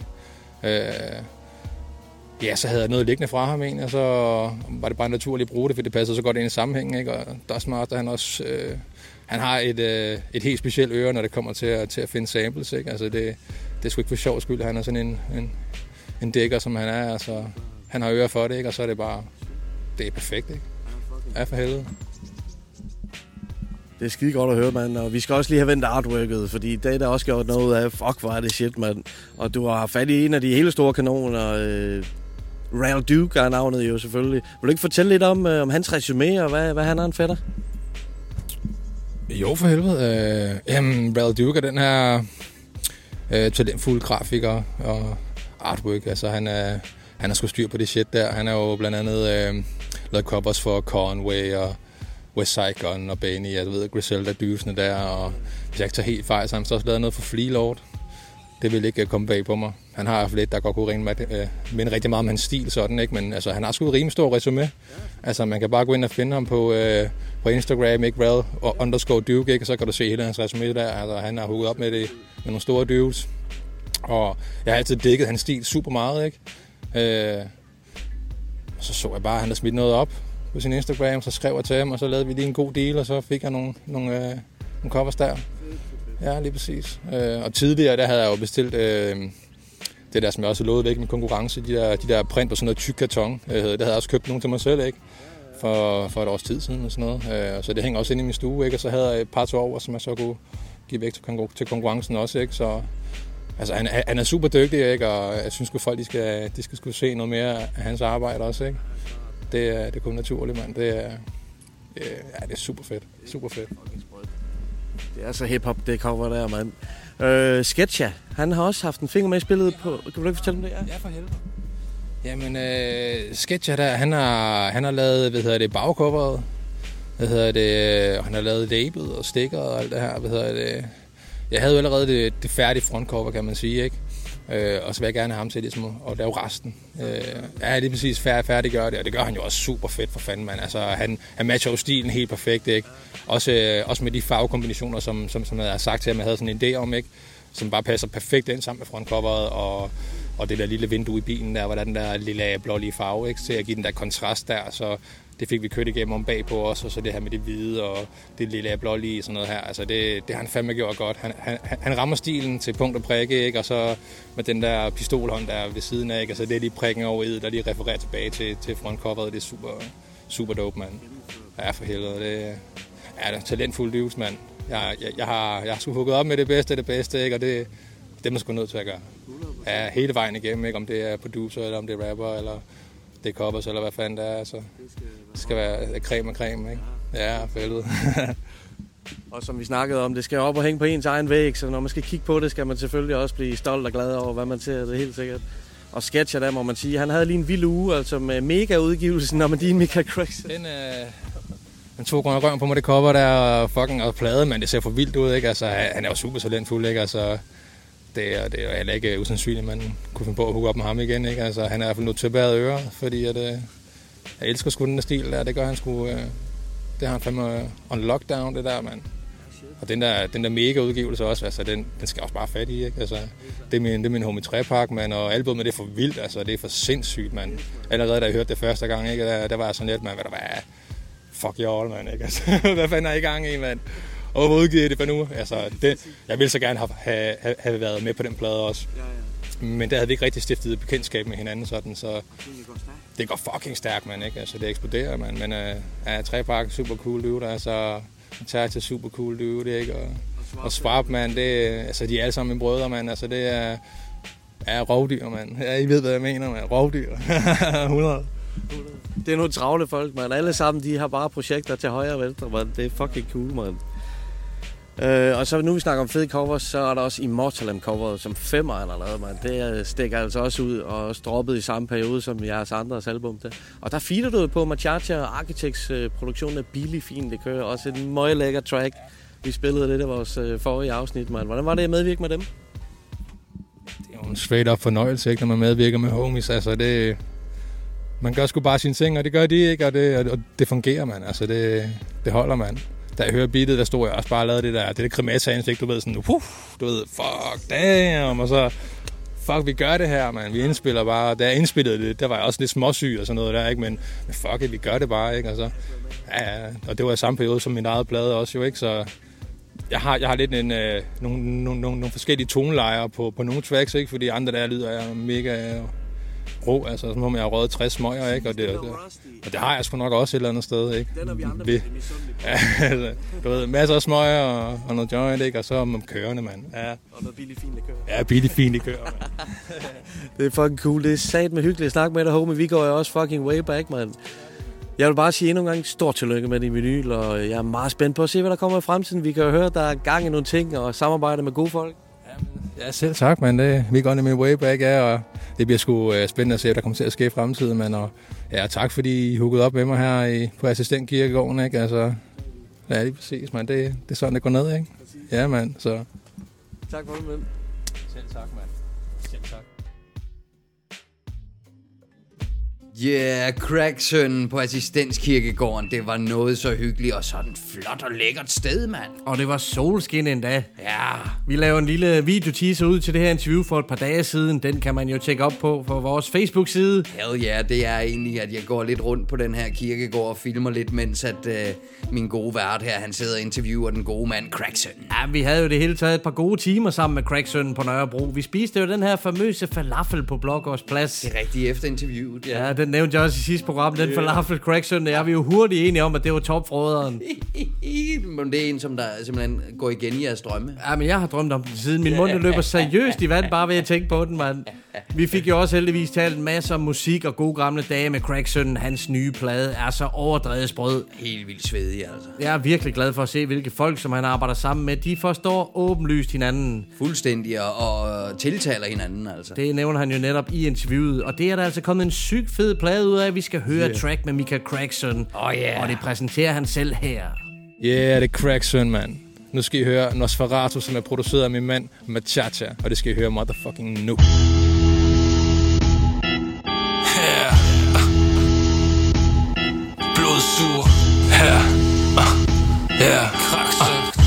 Ja, så havde jeg noget liggende fra ham egentlig, og så var det bare naturligt at bruge det, for det passede så godt ind i sammenhængen, ikke? Og Dustmaster, han også, han har et helt specielt øre, når det kommer til at finde samples, ikke? Altså det er sgu ikke for sjov skyld, han er sådan en dækker, som han er, altså han har øre for det, ikke? Og så er det bare, det er perfekt, ikke? Ja, for helvede. Det er skide godt at høre, mand, og vi skal også lige have vendt artworket, fordi det er der også gjort noget af. Fuck, hvor er det shit, mand. Og du har fat i en af de hele store kanoner. Real Duke er navnet jo selvfølgelig. Vil du ikke fortælle lidt om hans resumé, og hvad han har en fætter? Jo, for helvede. Real Duke er den her talentfulde grafiker og artwork. Altså, han har sgu styr på det shit der. Han har jo blandt andet lavet covers for Conway og West Side Gun og Benny, jeg ved, Griselda dysene der, og hvis jeg ikke tager helt fejl, så har han så også lavet noget for Flea Lord. Det vil ikke komme bag på mig. Han har i hvert fald lidt, der godt kunne minde rigtig meget om hans stil, sådan, ikke? Men altså, han har sgu et rimelig stor resume. Altså, man kan bare gå ind og finde ham på Instagram, ikke? Real_Duke, ikke? Og så kan du se hele hans resume der. Altså, han har hugget op med det med nogle store dudes. Og jeg har altid dækket hans stil super meget, ikke? Så jeg bare, at han har smidt noget op på sin Instagram, så skrev jeg til ham, og så lavede vi lige en god deal, og så fik jeg nogle covers der. Ja, lige præcis. Og tidligere, der havde jeg jo bestilt det der, som jeg også lovede væk med konkurrence, de der print på sådan noget tyk karton. Det havde jeg også købt nogle til mig selv, ikke? For et års tid siden og sådan noget. Så det hænger også inde i min stue, ikke? Og så havde jeg et par til over, som jeg så kunne give væk til konkurrencen også, ikke? Så Altså, han er super dygtig, ikke? Og jeg synes at folk de skal skulle se noget mere af hans arbejde også, ikke? Det er kun naturligt, mand. Det er super fedt. Super fedt. Det er så hip-hop, det cover der, mand. Sketcha, han har også haft en finger med i spillet på... Kan du ikke fortælle om det? Ja, for helvede. Jamen, Sketcha der, han har lavet, bagcoveret. Han har lavet label og sticker og alt det her, Jeg havde jo allerede det færdige frontcover, kan man sige, ikke? Og så vil jeg gerne have ham til ligesom at lave resten. Ja, det er præcis færdiggør det, og det gør han jo også super fedt for fanden, mand. Altså, han matcher jo stilen helt perfekt, ikke? Også med de farvekombinationer, som jeg har sagt til ham, jeg havde sådan en idé om, ikke? Som bare passer perfekt ind sammen med frontcoveret, og det der lille vindue i bilen der, hvor der er den der lille blålige farve, ikke? Til at give den der kontrast der, så det fik vi kørt igennem om bagpå også, og så det her med det hvide og det lille blålige og sådan noget her. Altså det har han fandme gjort godt. Han rammer stilen til punkt og prikke, ikke? Og så med den der pistolhånd der ved siden af, ikke? Altså det er lige prikken over i, der lige refererer tilbage til frontcoveret. Det er super, super dope, mand. Ja, for helvede. Det er talentfuld dudes, mand. Jeg har sgu hugget op med det bedste, ikke? Og det er man sgu nødt til at gøre. Ja, hele vejen igennem, ikke? Om det er producer, eller om det er rapper, eller det er covers, eller hvad fanden det er. Altså, det skal være creme og creme, ikke? Ja, for helvede. Og som vi snakkede om, det skal op og hænge på ens egen væg, så når man skal kigge på det, skal man selvfølgelig også blive stolt og glad over, hvad man ser, det er helt sikkert. Og Sketcha der, må man sige, han havde lige en vild uge, altså med mega-udgivelsen, når man din Michael Crackson. Den tog grønne røven på mig, det cover der, og plade, men det ser for vildt ud, ikke? Altså, han er jo super talentfuld, ikke? Altså, det er jo heller ikke usandsynligt, man kunne finde på at hugge op med ham igen, ikke? Altså, han er i hvert fald nødt til at bære ører, fordi at, jeg elsker sgu den der stil der, det gør han sgu, det har han fandme on lockdown, det der, mand. Og den der mega udgivelse også, altså, den skal også bare fat i, ikke? Altså, det er min homie Trepak, mand, og albumet det er for vildt, altså, det er for sindssygt, mand. Allerede da jeg hørte det første gang, ikke? Der var jeg sådan lidt, mand, fuck you all, mand, ikke? Altså, hvad fanden er I gang i, mand? Overhovedet givet det for nu. Altså, jeg ville så gerne have været med på den plade også. Men der havde vi ikke rigtig stiftet bekendtskab med hinanden sådan, så det går fucking stærkt, man, ikke? Altså, det eksploderer, man. Men Trepak, super cool dude, altså, Terje til super cool dude, ikke? Og Swap, man, altså, de er alle sammen mine brødre, man. Altså, det er rovdyr, man. Ja, I ved, hvad jeg mener, man. Rovdyr. 100. Det er nogle travle folk, man. Alle sammen, de har bare projekter til højre og venstre, man. Det er fucking cool, man. Og så nu vi snakker om fede covers, så er der også Immortalem coveret, som 5'eren har lavet, man. Det stikker altså også ud, og også droppet i samme periode som jeres andres album. Der. Og der feeder du på Machacha og Architects produktion af Billy Fin, det kører også et meget lækker track. Vi spillede lidt af vores forrige afsnit, man. Hvordan var det at medvirke med dem? Det er jo en straight up fornøjelse, ikke, når man medvirker med homies. Altså man gør sgu bare sine ting, og det gør de ikke, og det fungerer, man. Altså det holder, man. Da jeg hørte beatet, der stod jeg også bare og lavede det der grimasse-ansigt, du ved, sådan, du ved, fuck, damn, og så, fuck, vi gør det her, man, vi indspiller bare, da jeg indspillede det, der var jeg også lidt småsyg og sådan noget der, ikke, men fuck it, vi gør det bare, ikke, altså, ja, og det var i samme periode som min eget plade også, jo, ikke, så jeg har lidt nogle forskellige tonelejer på nogle tracks, ikke, fordi andre der lyder jeg mega rå, altså som om jeg har røget 60 smøger, ikke? Og det har jeg sgu nok også et eller andet sted, ikke? Den er vi andre med ja, altså, du ved, masser af smøger og noget joint, ikke? Og så om kørende, mand. Ja. Og noget Billy Fin, det kører. Ja, Billy Fin, det kører, mand. Det er fucking cool. Det er satme hyggeligt at snakke med dig, homie. Vi går jo også fucking way back, mand. Jeg vil bare sige endnu en gang stort tillykke med din vinyl, og jeg er meget spændt på at se, hvad der kommer i fremtiden. Vi kan jo høre, at der er gang i nogle ting og samarbejde med gode folk. Ja, selv tak, man. Vi går med way back, ja, og det bliver sgu spændende at se, hvad der kommer til at ske i fremtiden, man. Og ja, tak fordi I huggede op med mig her på Assistentkirkegården, ikke? Altså, ja, lige præcis, man. Det er sådan, det går ned, ikke? Ja, mand, så. Tak for det, mand. Selv tak, mand. Selv tak. Yeah, Crackson på Assistenskirkegården, det var noget så hyggeligt og sådan flot og lækkert sted, mand. Og det var solskin endda. Ja. Vi laver en lille videoteaser ud til det her interview for et par dage siden. Den kan man jo tjekke op på vores Facebook-side. Hell ja, det er egentlig, at jeg går lidt rundt på den her kirkegård og filmer lidt, mens at min gode vært her, han sidder og interviewer den gode mand Crackson. Ja, vi havde jo det hele taget et par gode timer sammen med Crackson på Nørrebro. Vi spiste jo den her famøse falafel på Blågårds Plads. Det er rigtigt efter interviewet, ja. Ja, Den nævnte jeg også i sidste program, den falafel Cracksøn. Jeg er vi jo hurtigt enige om, at det var topfroderen. Men det er en, som der simpelthen går igen i jeres drømme. Ja, men jeg har drømt om den siden. Min mund løber seriøst i vand, bare ved at tænke på den, mand. Vi fik jo også heldigvis talt en masse om musik og gode gamle dage med Cracksønnen. Hans nye plade er så overdrevet sprød. Helt vildt svedig, altså. Jeg er virkelig glad for at se, hvilke folk, som han arbejder sammen med, de forstår åbenlyst hinanden. Fuldstændig og tiltaler hinanden, altså. Det nævner han jo netop i interviewet, og det er der altså kommet en sygt fed plade ud af, vi skal høre track med Michael Cracksøn. Og det præsenterer han selv her. Yeah, det er Cracksøn, mand. Nu skal I høre Nosferatu, som er produceret af min mand Machacha, og det skal I høre motherfucking nu. Blodsur. Cracksøn.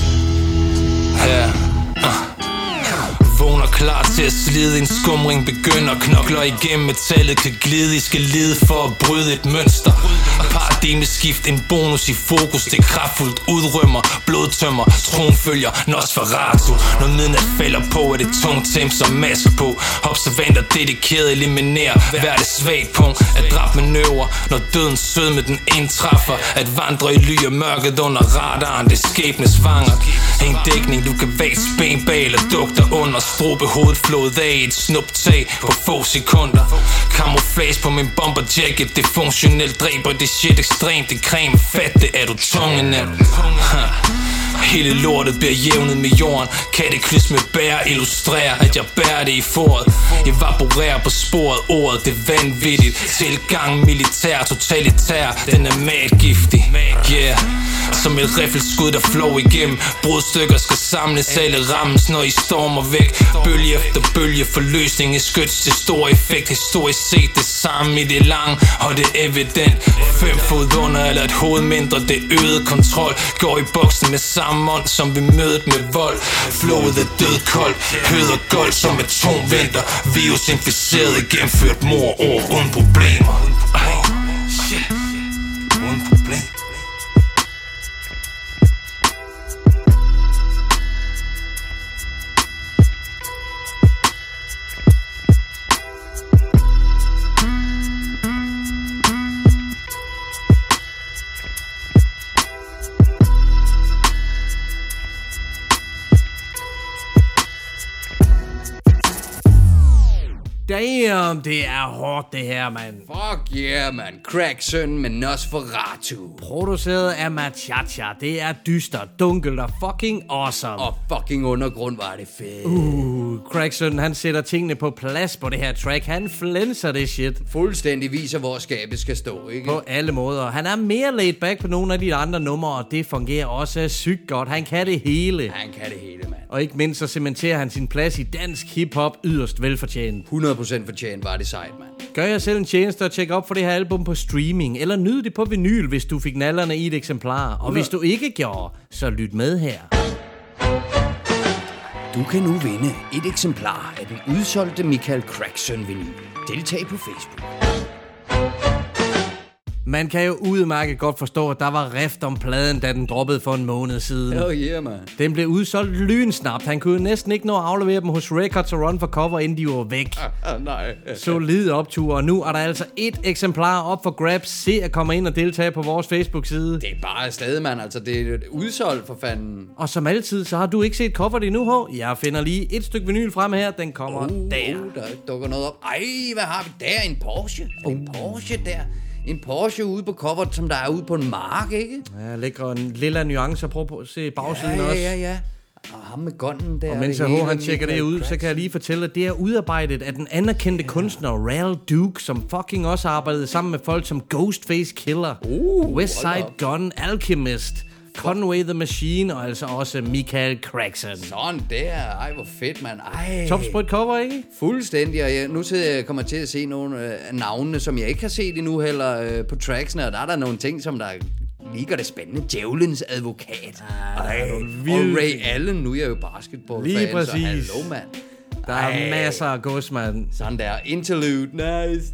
Vågner klar til at slide, en skumring begynder. Knokler igennem metallet, kan glide, I skal lide for at bryde et mønster. Paradigmeskift, en bonus i fokus, det kraftfuldt udrømmer, blodtømmer, tronfølger, Nosferatu. Når midnat falder på, er det tungt temp som mask på. Observanter dedikeret, eliminerer hver det svagt punkt. At dræbe manøvrer, når døden sød med den indtræffer. At vandre i ly og mørket under radaren, det skæbnes vanger. En dækning, du kan vagt spæn bag eller dugter under. Strobe hovedet flået af i et snuptag på få sekunder. Camouflage på min bomber jacket, det funktionelt dræber det shit ekstremt, det creme. Fat det er du tungenem. Hele lortet bliver jævnet med jorden. Kataklysme bærer, illustrerer, at jeg bærer det i foret. Evaporerer på sporet, ordet det er vanvittigt. Tilgang militær, totalitær, den er matgiftig. Yeah. Som et riffelskud, der flår igennem. Brudstykker skal samles, alle rammes, når I stormer væk. Bølge efter bølge, forløsning i skyts til stor effekt. Historisk set det samme i det lange, og det er evident. 5 fod under eller et hoved mindre, det øget kontrol. Går i boksen med samme ånd, som vi mødet med vold. Flowet er dødkold, høder gold som atomventer. Virus inficeret, gennemført mord over uden problemer. Shit, uden problemer. Damn, det er hårdt det her, mand. Fuck yeah, man. Cracksøn med Nosferatu. Produceret af Machacha. Det er dystert, dunkelt og fucking awesome. Og fucking undergrund var det fedt. Cracksøn, han sætter tingene på plads på det her track. Han flænser det shit. Fuldstændig viser, hvor skabet skal stå, ikke? På alle måder. Han er mere laid back på nogle af de andre numre, og det fungerer også sygt godt. Han kan det hele. Han kan det hele, mand. Og ikke mindst så cementerer han sin plads i dansk hiphop yderst velfortjent. 100% fortjent var det sejt, mand. Gør jer selv en tjeneste og tjek op for det her album på streaming, eller nyd det på vinyl, hvis du fik nallerne i et eksemplar. Og hvis du ikke gjorde, så lyt med her. Du kan nu vinde et eksemplar af den udsolgte Michael Cracksøn vinyl. Deltag på Facebook. Man kan jo udmærket godt forstå, at der var rift om pladen, da den droppede for en måned siden. Oh yeah, man. Den blev udsolgt lynsnapt. Han kunne jo næsten ikke nå at aflevere dem hos Records og Run for Cover, inden de var væk. Nej. Solid optur, og nu er der altså et eksemplar op for grabs. Se at komme ind og deltage på vores Facebook-side. Det er bare stadig, mand. Altså, det er udsolgt for fanden. Og som altid, så har du ikke set coveret endnu, H. Jeg finder lige et stykke vinyl frem her. Den kommer der. Der dukker noget op. Ej, hvad har vi der? En Porsche. En Porsche der. En Porsche ude på coveret, som der er ude på en mark, ikke? Ja, lækker en lille nuance. Prøv at se bagsiden også. Ja. Og ham med gunnen der. Og mens han tjekker det ud, så kan jeg lige fortælle, at det er udarbejdet af den anerkendte kunstner Ral Duke, som fucking også arbejdede sammen med folk som Ghostface Killer, Westside Gun, Alchemist, Conway the Machine og altså også Michael Cracksøn. Sådan der. Ej, hvor fedt, mand. Topsprødt cover, ikke? Fuldstændig. Og nu kommer jeg til at se nogle af navnene, som jeg ikke har set endnu heller på tracksene. Og der er der nogle ting, som der lige gør det spændende. Djævelens advokat. Og Ray Allen. Nu er jeg jo basketball-fan, lige præcis. så hallo, mand. Der er masser af gods, mand. Sådan der. Interlude. Nice.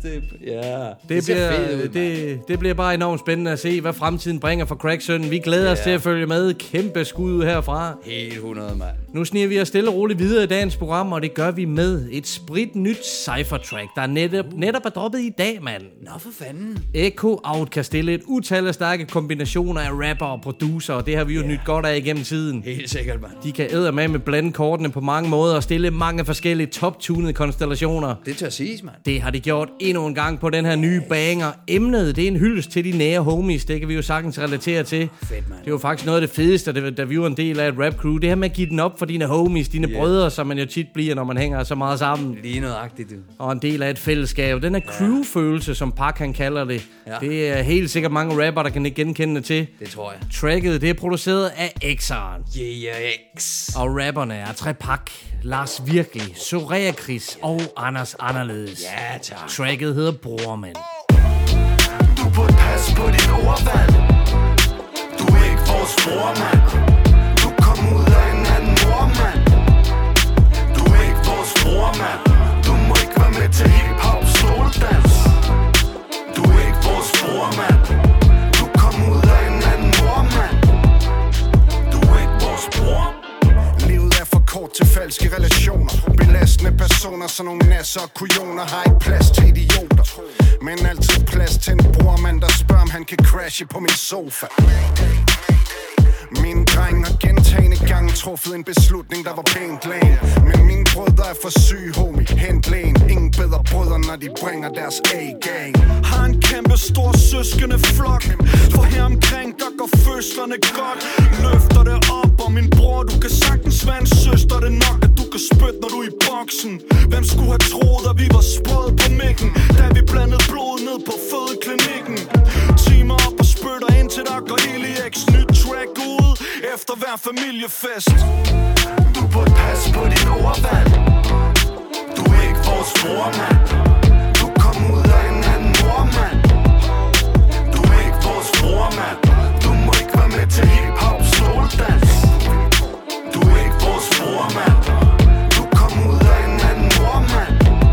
Det bliver bare enormt spændende at se, hvad fremtiden bringer for Cracksønnen. Vi glæder os til at følge med. Kæmpe skud herfra. Helt 100, mand. Nu sniger vi os stille og roligt videre i dagens program, og det gør vi med et spritnyt cypher-track, der netop er droppet i dag, mand. Nå for fanden. Echo Out kan stille et utal af stærke kombinationer af rapper og producer, og det har vi jo nyt godt af igennem tiden. Helt sikkert, mand. De kan med blande kortene på mange måder og stille mange forskellige top-tunede konstellationer. Det tør siges, mand. Det har de gjort endnu en gang på den her nye banger. Emnet, det er en hyldest til de nære homies. Det kan vi jo sagtens relatere til. Fedt, mand. Det er jo faktisk noget af det fedeste, da vi var en del af et rap-crew. Det her med at give den op for dine homies, dine brødre, som man jo tit bliver, når man hænger så meget sammen. Lige nøjagtigt, du. Og en del af et fællesskab. Den er crew-følelse, som Park han kalder det. Ja. Det er helt sikkert mange rapper, der kan ikke genkende til. Det tror jeg. Tracket, det er produceret af X'eren. Yeah, X. Og rapperne er Trepak, Lars Virkelig, Soraya Chris og Anders Anderledes. Ja, tak. Tracket hedder Brormand. Du burde passe på dit ordvalg. Du er ikke vores brormand. Du kom ud af en anden mor, mand. Du er ikke vores brormand. Du må ikke være med til hip-hop stoldans. Du er ikke vores brormand. Du kom ud af en anden mor, mand. Du er ikke vores bror. Livet er for kort til falske relationer. Belastende personer, så nogle nasser og kujoner har ikke plads til idioter. Men altid plads til en brormand, der spørger om han kan crashe på min sofa. Min dreng har gentagende gange truffet en beslutning, der var pænt lame. Men mine brødre er for syge, homie, hent lægen. Ingen bedre brødre, når de bringer deres A-gang. Har en kæmpe stor søskende flok. For her omkring, der går fødslerne godt. Løfter det op, og min bror, du kan sagtens være en søster. Det nok, at du kan spytte, når du er i boksen. Hvem skulle have troet, at vi var sprøde på mikken, da vi blandede blod ned på fødeklinikken. Timer op og spytter ind til der går hele X. Nyt track ud efter hver familiefest. Du burde passe på dit ordvalg. Du er ikke vores bror, mand. Du kom ud af en anden mor, mand. Du er ikke vores bror, mand. Du må ikke være med til hip-hop stoldans. Du er ikke vores bror, mand. Du kom ud af en anden mor, mand.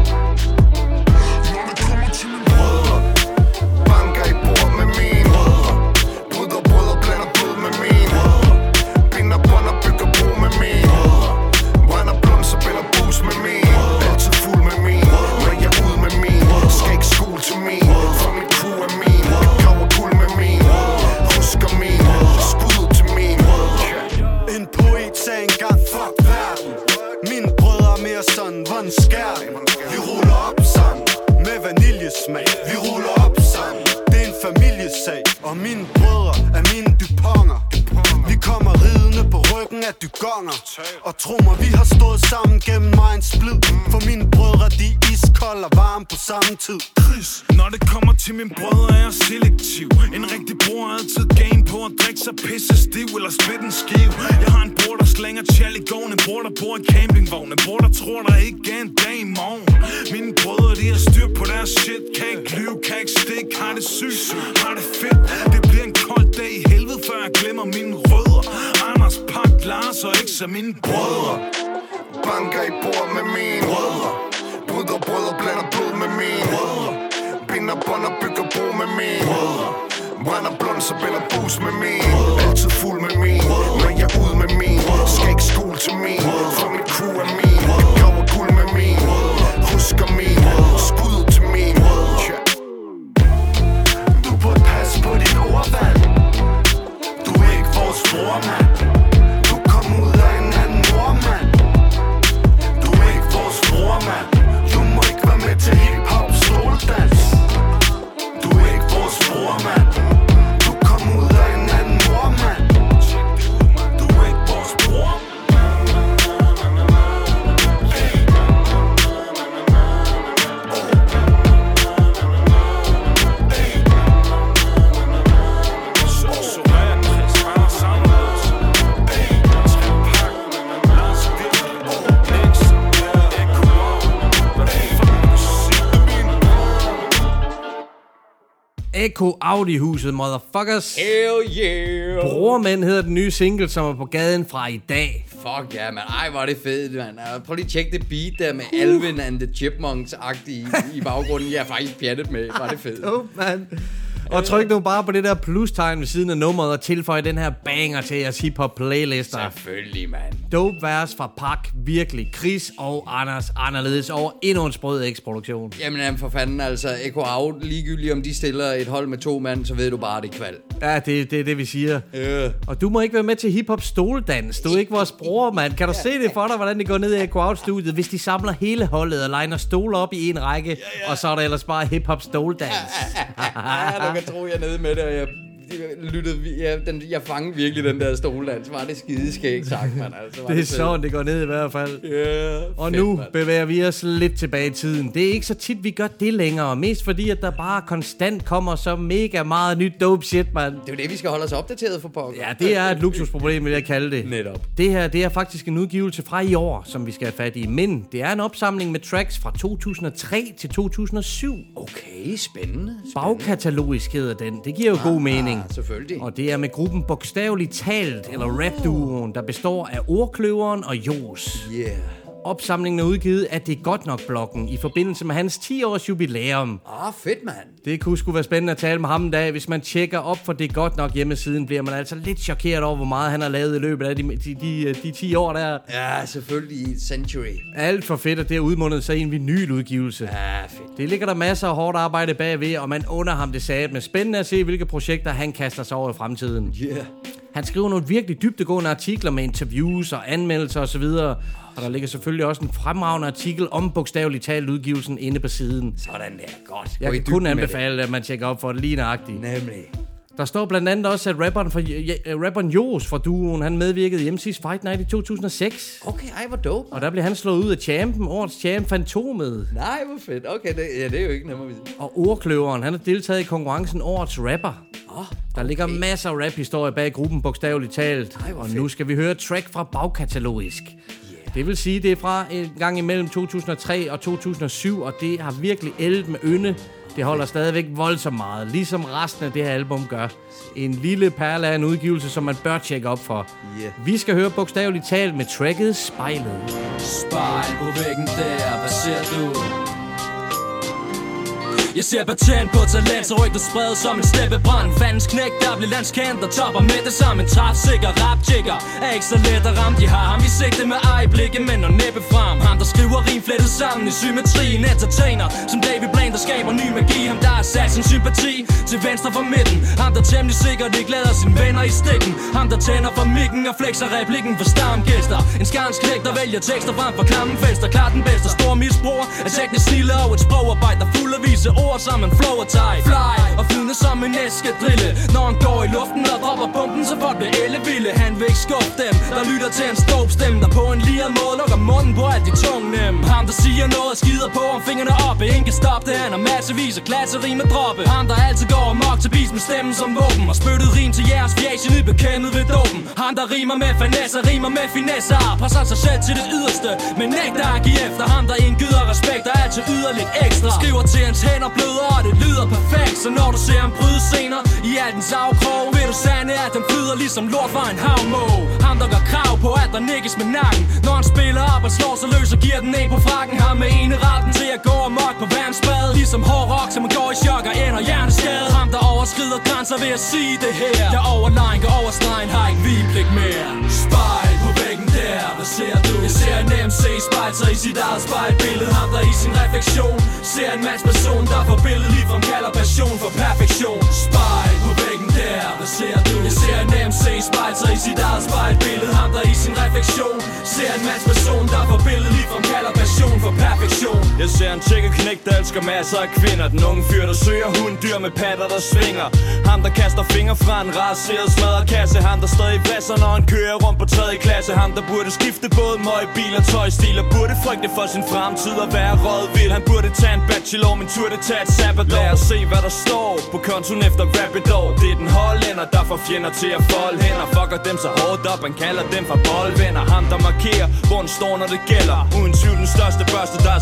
Når det kommer til mine brødre, banker i bord med mine brødre. Brødre blander blod med mine binder bånd og bygger bro med mine brænder blund, så bænder bus med mine. Altid fuld med mine, når jeg ud med mine. Skal ikke skole til mine, for min crew er mine. Gav og guld med mine, husker mine. Skud til mine. En poet sagde engang, fuck verden. Mine brødre er mere sådan, hvordan skær det? Vi ruller op sammen, med vaniljesmag. Vi ruller op sammen, det er en familiesag. Og mine brødre er mine duponger. Vi kommer ridende på ryggen af dygonger. Og tro mig, vi har stået sammen gennem mig en splid. For mine brødre, de er iskolde og varme på samme tid. Chris, når det kommer til mine brødre, er jeg selektiv. En rigtig bror er altid game på at drikke sig pisse stiv eller spætte en skiv. Jeg har en bror, der slænger tjal i gården. En bror, der bor i campingvogn. En bror, der tror, der ikke er en dag i morgen. Mine brødre, de har styr på deres shit. Kan ikke lyve, kan ikke stik, har det sygt, har det fedt. Det bliver en kold dag i helvede, før jeg glemmer mine rødder. Anders, Park, Lars og ikke så mine brødre. Banker i bord med mine brødre. Brødre blander blod med mine binder bånd og bygger bro med mine brænder blund, så bænder bus med mine. Altid fuld med mine, når jeg ud med mine. Skal ikke skole til mine, for min crew er mine. Gav og guld med mine, husker mine. Skud til mine. Du burde passe på dit ordvalg. Du er ikke vores bror, mand. Du kom ud af en anden mor, mand. Du er ikke vores bror, mand. Du må ikke være med til hip-hop stoldans. Du er ikke vores bror, mand. Du kom ud af en anden mor. Echo Out i huset, motherfuckers. Hell yeah. Brormænd hedder den nye single, som er på gaden fra i dag. Fuck ja, man. Ej, hvor er det fedt, man. Prøv lige at tjekke det beat der med Alvin and the Chipmunks-agtige i baggrunden. Jeg er faktisk pjattet med. Var det fedt. Man. Og tryk nu bare på det der plus-tegn ved siden af nummeret og tilføj den her banger til jeres hip-hop playlister. Selvfølgelig, mand. Dope vers fra Pak, virkelig. Chris og Anders anderledes over endnu en sprød X-produktion. Jamen for fanden, altså Echo Out, ligegyldigt om de stiller et hold med 2 mand, så ved du bare, det er kval. Ja, det er det, vi siger. Og du må ikke være med til hip-hop stoledans. Du er ikke vores bror, mand. Kan du se det for dig, hvordan det går ned i Echo Out-studiet, hvis de samler hele holdet og liner stoler op i en række, og så er der ellers bare hip-hop stoledans. Du kan tro, jeg er nede med det, og jeg fangede virkelig den der stoledans. Var det skideskægt sagt, mand. Altså, det er sådan, det går ned i hvert fald. Og fedt, nu bevæger vi os lidt tilbage i tiden. Det er ikke så tit, vi gør det længere. Mest fordi, at der bare konstant kommer så mega meget nyt dope shit, mand. Det er jo det, vi skal holde os opdateret for pokker. Ja, det er et luksusproblem, vil jeg kalde det. Netop. Det her, det er faktisk en udgivelse fra i år, som vi skal have fat i. Men det er en opsamling med tracks fra 2003 til 2007. Okay, spændende. Bagkatalogisk hedder den. Det giver jo god mening. Selvfølgelig. Og det er med gruppen Bogstaveligt Talt, eller rap-duoen, der består af Ordkløveren og Jos. Yeah. Opsamlingen er udgivet af Det Godt Nok-bloggen i forbindelse med hans 10-års jubilæum. Fedt, mand. Det kunne sgu være spændende at tale med ham en dag. Hvis man tjekker op for Det Godt Nok hjemmesiden, bliver man altså lidt chokeret over, hvor meget han har lavet i løbet af de 10 år der. Ja, selvfølgelig i et century. Alt for fedt, at det er udmundet sig i en vinyludgivelse. Ja, fedt. Det ligger der masser af hårdt arbejde bagved, og man under ham det sat med spændende at se, hvilke projekter han kaster sig over i fremtiden. Yeah. Han skriver nogle virkelig dybdegående artikler med interviews og anmeldelser osv., og der ligger selvfølgelig også en fremragende artikel om Bogstaveligt Talt udgivelsen inde på siden. Sådan der, godt. Jeg kan kun anbefale, at man tjekker op for det lige nøjagtigt. Nemlig. Der står blandt andet også, at rapperen Jos fra duoen, han medvirkede i MC's Fight Night i 2006. Okay, ej, hvor dope. Og der blev han slået ud af champen, årets champ, Fantomet. Nej, hvor fedt. Okay, det er jo ikke nemmere at vide. Og Ordkløveren, han har deltaget i konkurrencen Årets Rapper. Okay. Der ligger masser af rap-historie bag gruppen Bogstaveligt Talt. Ej, og nu skal vi høre et track fra Bagkatalogisk. Det vil sige, det er fra en gang imellem 2003 og 2007, og det har virkelig ældet med ynde. Det holder stadigvæk voldsomt meget, ligesom resten af det her album gør. En lille perle af en udgivelse, som man bør tjekke op for. Vi skal høre Bogstaveligt Talt med tracket Spejlet. Spejl på væggen der, hvad ser du? Jeg ser patent på talent, så rygtet spredt som en steppebrand. Fandens knæk, der bliver landskendt og topper med det som en træfsikker rap-tjekker. Er ikke så let at ramme, de har ham i sigte med ejeblikke, men når næppe frem. Ham der skriver rim flettet sammen i symmetri. En entertainer, som David Blaine, der skaber ny magi. Ham der har sat sin sympati til venstre for midten. Ham der temmelig sikkert ikke lader sine venner i stikken. Ham der tænder for mikken og flexer replikken for stamgæster. En skarnsknæk, der vælger tekster frem for klammenfester. Klar den bedste, stor misbrug af teknisk snille og et sprogarbejde, der fuld af vise ord som en flow og teg. Fly og flydende som en eskadrille. Når han går i luften og dropper pumpen, så folk bliver ellevilde. Han vil ikke skuffe dem, der lytter til en ståbstemme, der på en liret måde lukker munden på alt de tunge nem. Ham der siger noget og skider på om fingrene oppe. Ingen kan stoppe det, han har massevis af klasserim at droppe. Ham der altid går amok til bis med stemmen som våben. Og spyttet rim til jeres fjæs i bekendet ved dopen. Ham der rimer med finesse, rimer med finesse. Presser sig selv til det yderste, men nægter at give efter. Ham der indgyder respekt og altid yder lidt ekstra. Skriver til hans hænder bløder, og det lyder perfekt. Så når du ser ham bryde scener i al dens afkrog, vil du sande, at den flyder ligesom lort fra en havmåge. Ham der gør krav på, at der nikkes med nakken. Når han spiller op og slår sig løs og giver den en på frakken. Ham med ene retten til at gå amok på verdensbad. Ligesom hård rock, som man går i chok og ender hjerneskade. Ham der overskrider grænser ved at sige det her. Jeg overline, går over stregen, har ikke viblik mere. Spejl på væggen der, hvad ser du? Jeg ser en MC spejl sig i sit eget spejlbillede. Ham der i sin refleksion ser en mands person, der får billedet lige fremkalder passion for perfektion. Spejl på væggen der, hvad ser du? Jeg ser en MC spejl sig i sit eget spejlbillede. Ham der i sin refleksion ser en mands person, der får billedet lige fremkalder passion for perfektion. Jeg ser en tjekke knæk, der elsker masser af kvinder. Den unge fyr, der søger hunddyr med patter, der svinger. Ham der kaster fingre fra en raseret smadret kasse. Ham der stadig vræsser, når han kører rundt på 3. klasse. Ham der burde skifte både møg, bil og tøjstil. Og burde frygte for sin fremtid og være rådvild. Han burde tage en bachelor, men turde tage et sabbatår. Lad os se hvad der står på kontoen efter Rapidor. Det er den hollænder, der får fjender til at folde hænder. Fucker dem så hårdt op, han kalder dem for boldvenner. Ham der markerer, hvor han står når det gælder. Uden tvivl den største børste, der er så hård,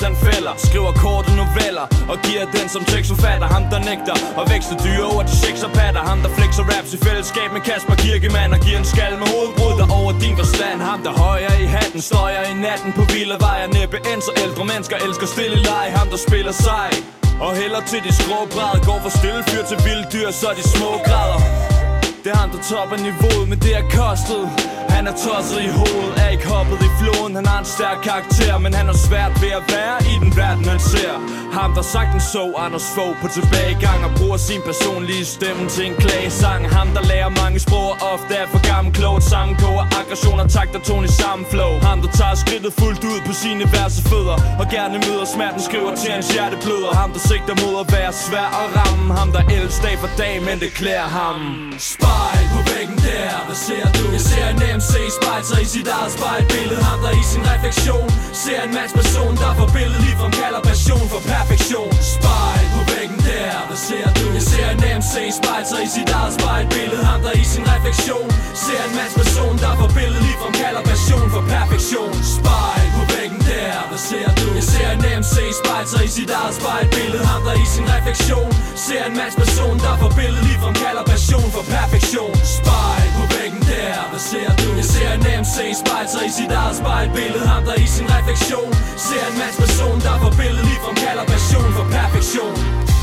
han fælder. Skriver korte noveller og giver den som tekstforfatter. Ham der nægter at veksle dyre over til sexerpatter. Ham der flexer raps i fællesskab med Kasper Kirkemand og giver en skal med hovedbrud der over din forstand. Ham der højer i hatten, støjer i natten på vilde vejer. Næppe end så ældre mennesker elsker stille leg. Ham der spiller sej og hælder til de skrå brædder. Går fra stille fyr til vilde dyr, så de små græder. Det er ham der topper niveauet, men det er kostet. Han er tosset i hovedet, er ikke hoppet i floden. Han har en stærk karakter, men han er svært ved at være i den verden han ser. Ham der sagtens så Anders Fogh på tilbagegang og bruger sin personlige stemme til en klagesang. Ham der lærer mange sprog og ofte er for gammel klogt. Sammenkoger aggression og takt og tone i samme flow. Ham der tager skridtet fuldt ud på sine værste fødder og gerne møder smerten, skriver til hans hjerte bløder. Ham der sigter mod at være svær at ramme. Ham der ældes dag for dag, men det klæder ham. Spejl på væggen der, hvad ser du? Jeg ser en MC spejl sig i sit eget spejlbillede. Ham der i sin refleksion ser en mandsperson, der får billedet ligefrem kalder passion for perfektion. Spejl på væggen der, hvad ser du? Jeg ser en MC spejl sig i sit eget spejlbillede. Ham der i sin refleksion ser en mandsperson, der får billedet ligefrem kalder passion for perfektion. Spejl på væggen der, hvad ser du? Jeg ser en MC spejl sig i sit eget spejlbillede. Ham der i sin refleksion ser en mandsperson, der får billedet ligefrem kalder passion for perfektion. Spejl på væggen der, hvad ser du? Jeg ser en MC spejl sig i sit eget spejlbillede. Ham der i sin refleksion ser en mandsperson, der får billedet ligefrem kalder passion for perfektion.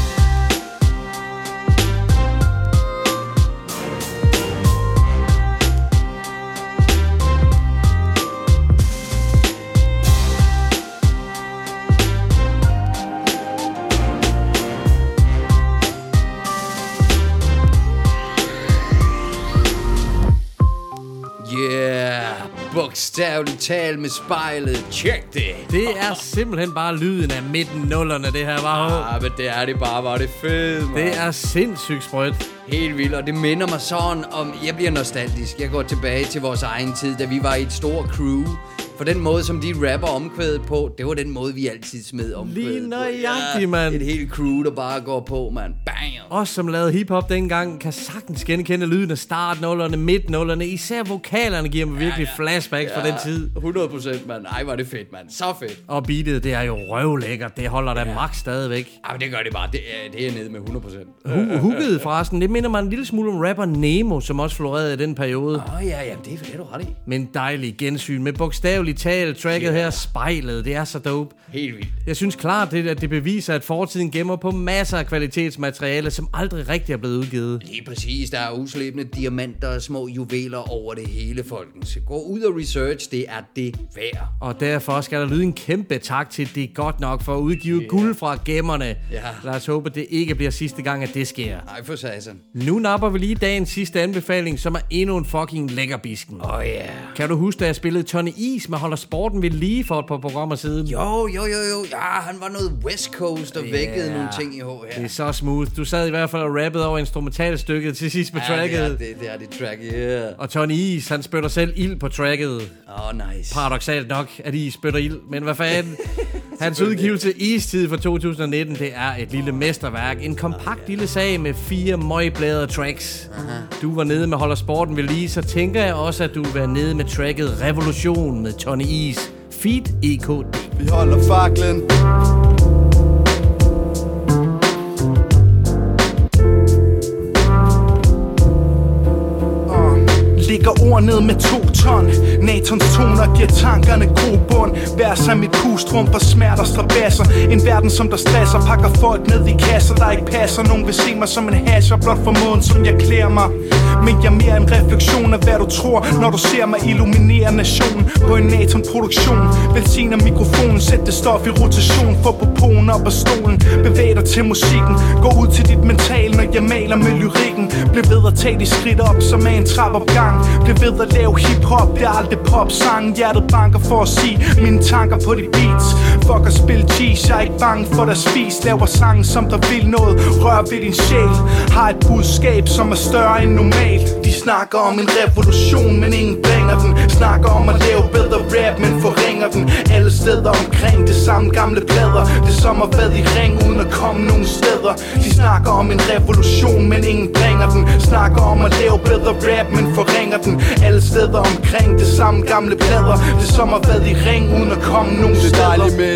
Bogstaveligt talt med spejlet. Tjek det. Det er simpelthen bare lyden af midten nullerne, det her var. Men det er det bare. Var det fedt, man. Det er sindssygt sprødt. Helt vildt, og det minder mig sådan om... Jeg bliver nostalgisk. Jeg går tilbage til vores egen tid, da vi var i et stort crew. For den måde, som de rapper omkvædet på, det var den måde, vi altid smed omkvædet lige nøjagtigt, mand. Et helt crew, der bare går på, mand. Bam! Os, som lavede hiphop dengang, kan sagtens genkende lyden af startnullerne, midtnullerne. Især vokalerne giver mig virkelig flashbacks fra den tid. 100%, mand. Ej, var det fedt, mand. Så fedt. Og beatet, det er jo røvlækkert. Det holder da max stadigvæk. Ej, men det gør det bare. Det er nede med 100%. Hugget forresten, det minder mig en lille smule om rapper Nemo, som også florerede i den periode. Ja, det er du ret i. Men dejlig gensyn med bogstaveligt talt. Tracket her, spejlet, det er så dope. Helt vildt. Jeg synes klart, at det beviser, at fortiden gemmer på masser af kvalitetsmateriale, som aldrig rigtig er blevet udgivet. Lige præcis, der er uslebne diamanter og små juveler over det hele, folkens. Gå ud og research, det er det værd. Og derfor skal der lyde en kæmpe tak til Det Godt Nok for at udgive guld fra gemmerne. Lad os håbe, det ikke bliver sidste gang, at det sker. Nej, for satan. Nu napper vi lige dagens sidste anbefaling, som er endnu en fucking lækkerbisken. Kan du huske, da jeg spillede Tony Is med Holder Sporten ved lige for et par programmer siden? Jo. Ja, han var noget West Coast og vækkede nogle ting i her. Det er så smooth. Du sad i hvert fald og rappede over instrumentalstykket til sidst på tracket. Det er det track, yeah. Og Tony Is, han spytter selv ild på tracket. Nice. Paradoksalt nok, at I spytter ild, men hvad fanden? Hans udgivelse Istid fra 2019, det er et lille mesterværk. En kompakt lille sag med 4 møgbladede tracks. Du var nede med Holder Sporten ved lige, så tænker jeg også, at du vil være nede med tracket Revolution med Tony Is. Feat EKD. Vi holder faklen. Ligger ord ned med 2 ton. Nathans toner giver tankerne god bund. Vers af mit pustrum for smerter strabasser. En verden som der stresser, pakker folk ned i kasser, der ikke passer. Nogen vil se mig som en hasher, blot for måden som jeg klæder mig. Men jeg er mere en refleksion af hvad du tror, når du ser mig illuminere nationen på en Nathan-produktion. Velsigner mikrofonen, sæt det stof i rotation. Få popoen op af stolen, bevæg dig til musikken. Gå ud til dit mental, når jeg maler med lyrikken. Bliv ved at tage de skridt op, som er en trappeopgang. Bliv ved at lave hiphop, det er aldrig popsang. Hjertet banker for at sige mine tanker på de beats. Fuck at spille cheese, jeg er ikke bange for deres fis. Laver sange, som der vil noget, rør ved din sjæl. Har et budskab, som er større end normalt. De snakker om en revolution, men ingen bringer den. Snakker om at lave bedre rap, men forringer den. Alle steder omkring det samme gamle plader. Det som har været i ring, uden at komme nogen steder. De snakker om en revolution, men ingen bringer den. Snakker om at lave bedre rap, men forringer den. Alle steder omkring det samme gamle plader. Det som har været i ring, uden at komme nogen steder. Det er dejligt med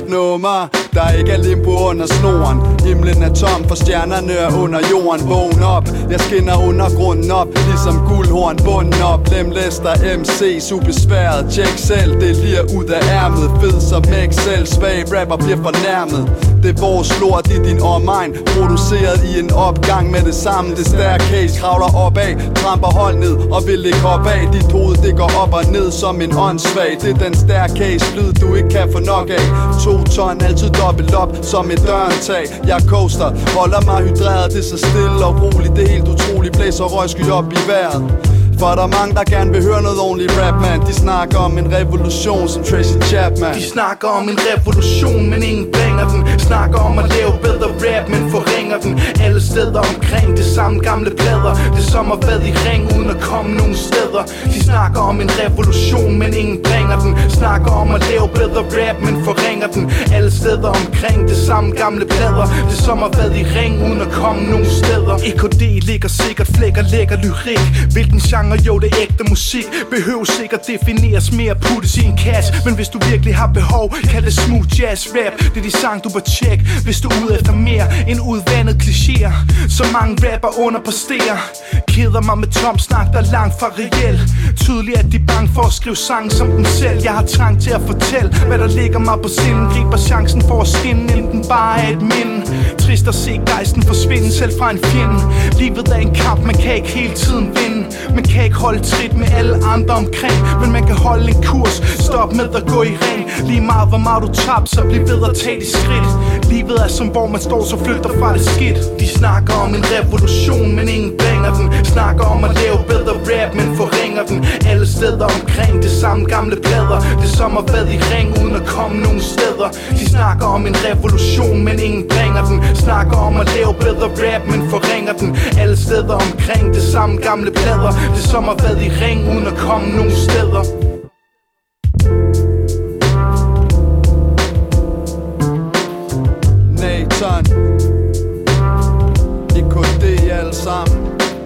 et nummer, der ikke er limbo under snoren. Himlen er tom, for stjernerne er under jorden. Vågn op, jeg skinner undergrunden op, ligesom guldhorn bunden op. Lemlæster MC, subesværet, tjek selv, det lir ud af ærmet. Fed som Excel, svag rapper bliver fornærmet. Det er vores lort i din omegn, produceret i en opgang med det samme. Det staircase kravler opad, tramper hold ned og vil ikke hoppe af. Dit hoved det går op og ned som en åndssvag. Det er den staircase lyd du ikke kan få nok af. 2 ton, altid dobbelt op som et dørentag. Jeg coaster, holder mig hydreret, det er så stille og roligt. Det er helt utroligt, blæser røgsky op i vejret. For der er mange, der gerne vil høre noget ordentligt rap, man. De snakker om en revolution som Tracy Chapman. De snakker om en revolution, men ingen bringer den. Snakker om at lave bedre rap, men forringer den. Alle steder omkring det samme gamle plader. Det som har været i ring uden at komme nogen steder. De snakker om en revolution, men ingen bringer den. Snakker om at lave bedre rap, men forringer den. Alle steder omkring det samme gamle plader. Det som har været i ring uden at komme nogen steder. EKD ligger sikkert, flækker lækker lyrik. Hvilken genre? Jo, det er ægte musik. Behøver sikkert defineres mere, puttes i en kasse. Men hvis du virkelig har behov, kald det smooth jazz rap. Det er de sang, du bør tjekke, hvis du er ude efter mere end udvandet klichéer. Så mange rapper underpresterer. Keder mig med tom snak, der er langt fra reel. Tydeligt at de er bange for at skrive sang som dem selv. Jeg har trang til at fortælle, hvad der ligger mig på sinden. Griber chancen for at skinne, inden den bare er et minde. Trist at se gejsten forsvinde selv fra en fjende. Livet er en kamp, man kan ikke hele tiden vinde. Man kan ikke holde trit med alle andre omkring, men man kan holde en kurs. Stop med at gå i ring. Lige meget hvor meget du tabt, så bliv ved at tage de skridt. Livet er som hvor man står, så flygter fra det skidt. De snakker om en revolution, men ingen bringer den. Snakker om at lave bedre rap, men forringer den. Alle steder omkring det samme gamle plader. Det som har været i ring uden at komme nogen steder. De snakker om en revolution, men ingen bringer den. Snakker om at lave bedre rap, men forringer den. Alle steder omkring det samme gamle plader. Det som har været i ring uden at komme nogen steder. Nathan EKD alle sammen.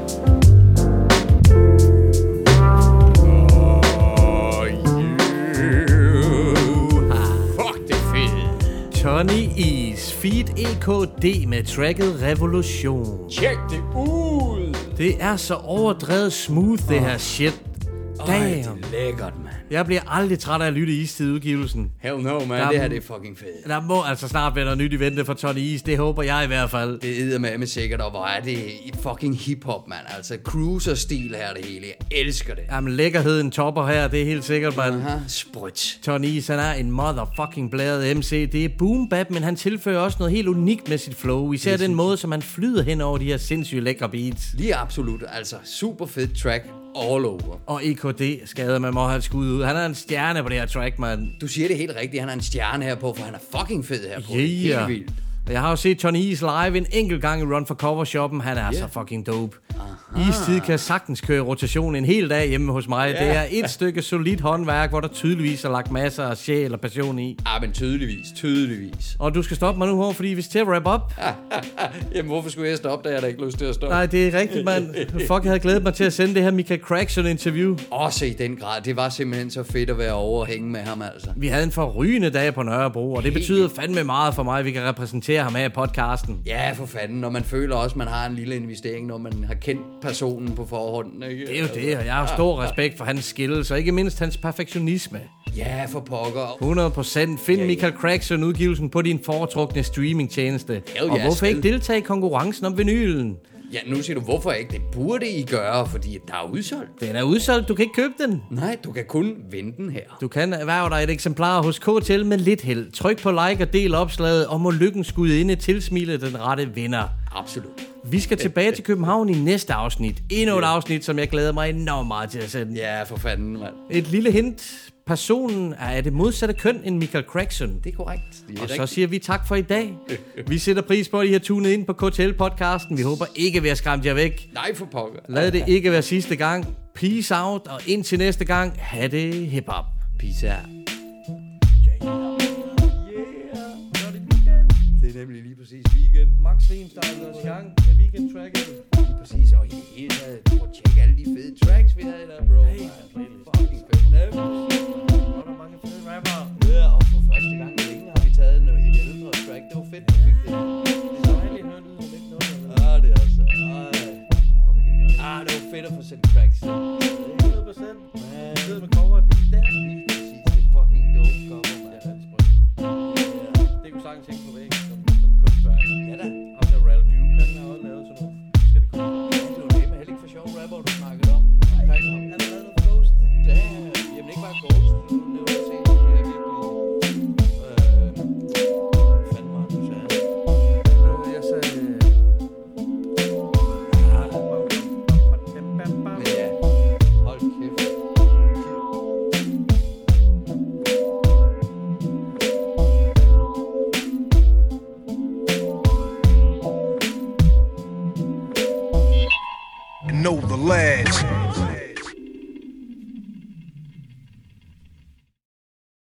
Tony East, feat. EKD med tracket Revolution. Tjek det ud! Det er så overdrevet smooth, det her shit. Damn. Det er lækkert, man. Jeg bliver aldrig træt af at lytte East til udgivelsen. Hell no, man. Det her det er fucking fedt. Der må altså snart være noget nyt i vente for Tony East. Det håber jeg i hvert fald. Det er med sikkert, og hvor er det fucking hiphop, man. Altså cruiser-stil her det hele. Jeg elsker det. Jamen lækkerheden topper her, det er helt sikkert, man. Sprødt. Tony East, han er en motherfucking blæret MC. Det er boom bap, men han tilfører også noget helt unikt med sit flow. Især den måde, som han flyder hen over de her sindssygt lækre beats. Lige absolut. Altså super fedt track. All over. Og EKD skader man må have skud ud. Han er en stjerne på det her track, man. Du siger det helt rigtigt. Han er en stjerne her på, for han er fucking fed her på. Yeah. Helt vildt. Jeg har jo set Tony East live en enkelt gang i Run for Cover shoppen. Han er så fucking dope. Istid kan sagtens køre rotation en hel dag hjemme hos mig. Det er et stykke solidt håndværk, hvor der tydeligvis er lagt masser af sjæl og passion i. Men tydeligvis. Og du skal stoppe mig nu, fordi vi skal til at wrap up. Jamen, hvorfor skulle jeg stoppe, da jeg da ikke lyst til at stoppe? Nej, det er rigtigt, mand. Fuck, jeg havde glædet mig til at sende det her Michael Crackson-interview. Også i den grad. Det var simpelthen så fedt at være over og hænge med ham, altså. Vi havde en forrygende dag på Nørrebro, og det betyder fandme meget for mig, at vi kan repræsentere ham af i podcasten. Ja, for fanden. Når man føler også, at man har en lille investering, når man har kendt personen på forhånd. Ikke? Det er jo det, og jeg har stor respekt for hans skills, og ikke mindst hans perfektionisme. Ja, for pokker. 100%. Find Michael Crackson-udgivelsen på din foretrukne streamingtjeneste. Og hvorfor ikke deltage i konkurrencen om vinylen? Ja, nu siger du, hvorfor ikke? Det burde I gøre, fordi der er udsolgt. Den er udsolgt, du kan ikke købe den. Nej, du kan kun vinde den her. Du kan erhverve dig et eksemplar hos KTL med lidt held. Tryk på like og del opslaget, og må lykken skyde inde tilsmile den rette vinder. Absolut. Vi skal tilbage til København i næste afsnit. Endnu et afsnit, som jeg glæder mig enormt meget til at sende. Ja, for fanden, mand. Et lille hint. Personen er af det modsatte køn end Michael Crackson. Det er korrekt. Og så siger vi tak for i dag. Vi sætter pris på, at I har tunet ind på KTL-podcasten. Vi håber ikke, vi har skræmt jer væk. Nej, for pokker. Lad det ikke være sidste gang. Peace out, og indtil næste gang, ha' det hip-hop. Peace out. Det er nemlig lige præcis weekend. Max Riemstein og Chang med weekend-tracket. Lige præcis, og i hele taget, prøv at tjekke alle de fede tracks, vi havde der, bro. Hey, fucking fedt. Hvor er der mange fede rapper. Ja, og for første gang længe har vi taget 100% cracks. 100%. Det er med coveret lige der. Lige præcis, det er fucking dope cover, man. Ja, det kunne sagtens hænge på væggen som sådan en kunstværk. Ja da. Og så Ralph Duke, han har også lavet sådan nogle forskellige kunstnere. Det var det med heller ikke for sjov rapper, du snakkede om. Han har lavet noget Ghost. Ja, jamen ikke bare Ghost. Nu nævner jeg til, at jeg virkelig... Hvad fanden var det, du sagde? Jeg sagde... Men ja, hold kæft. Know the lads.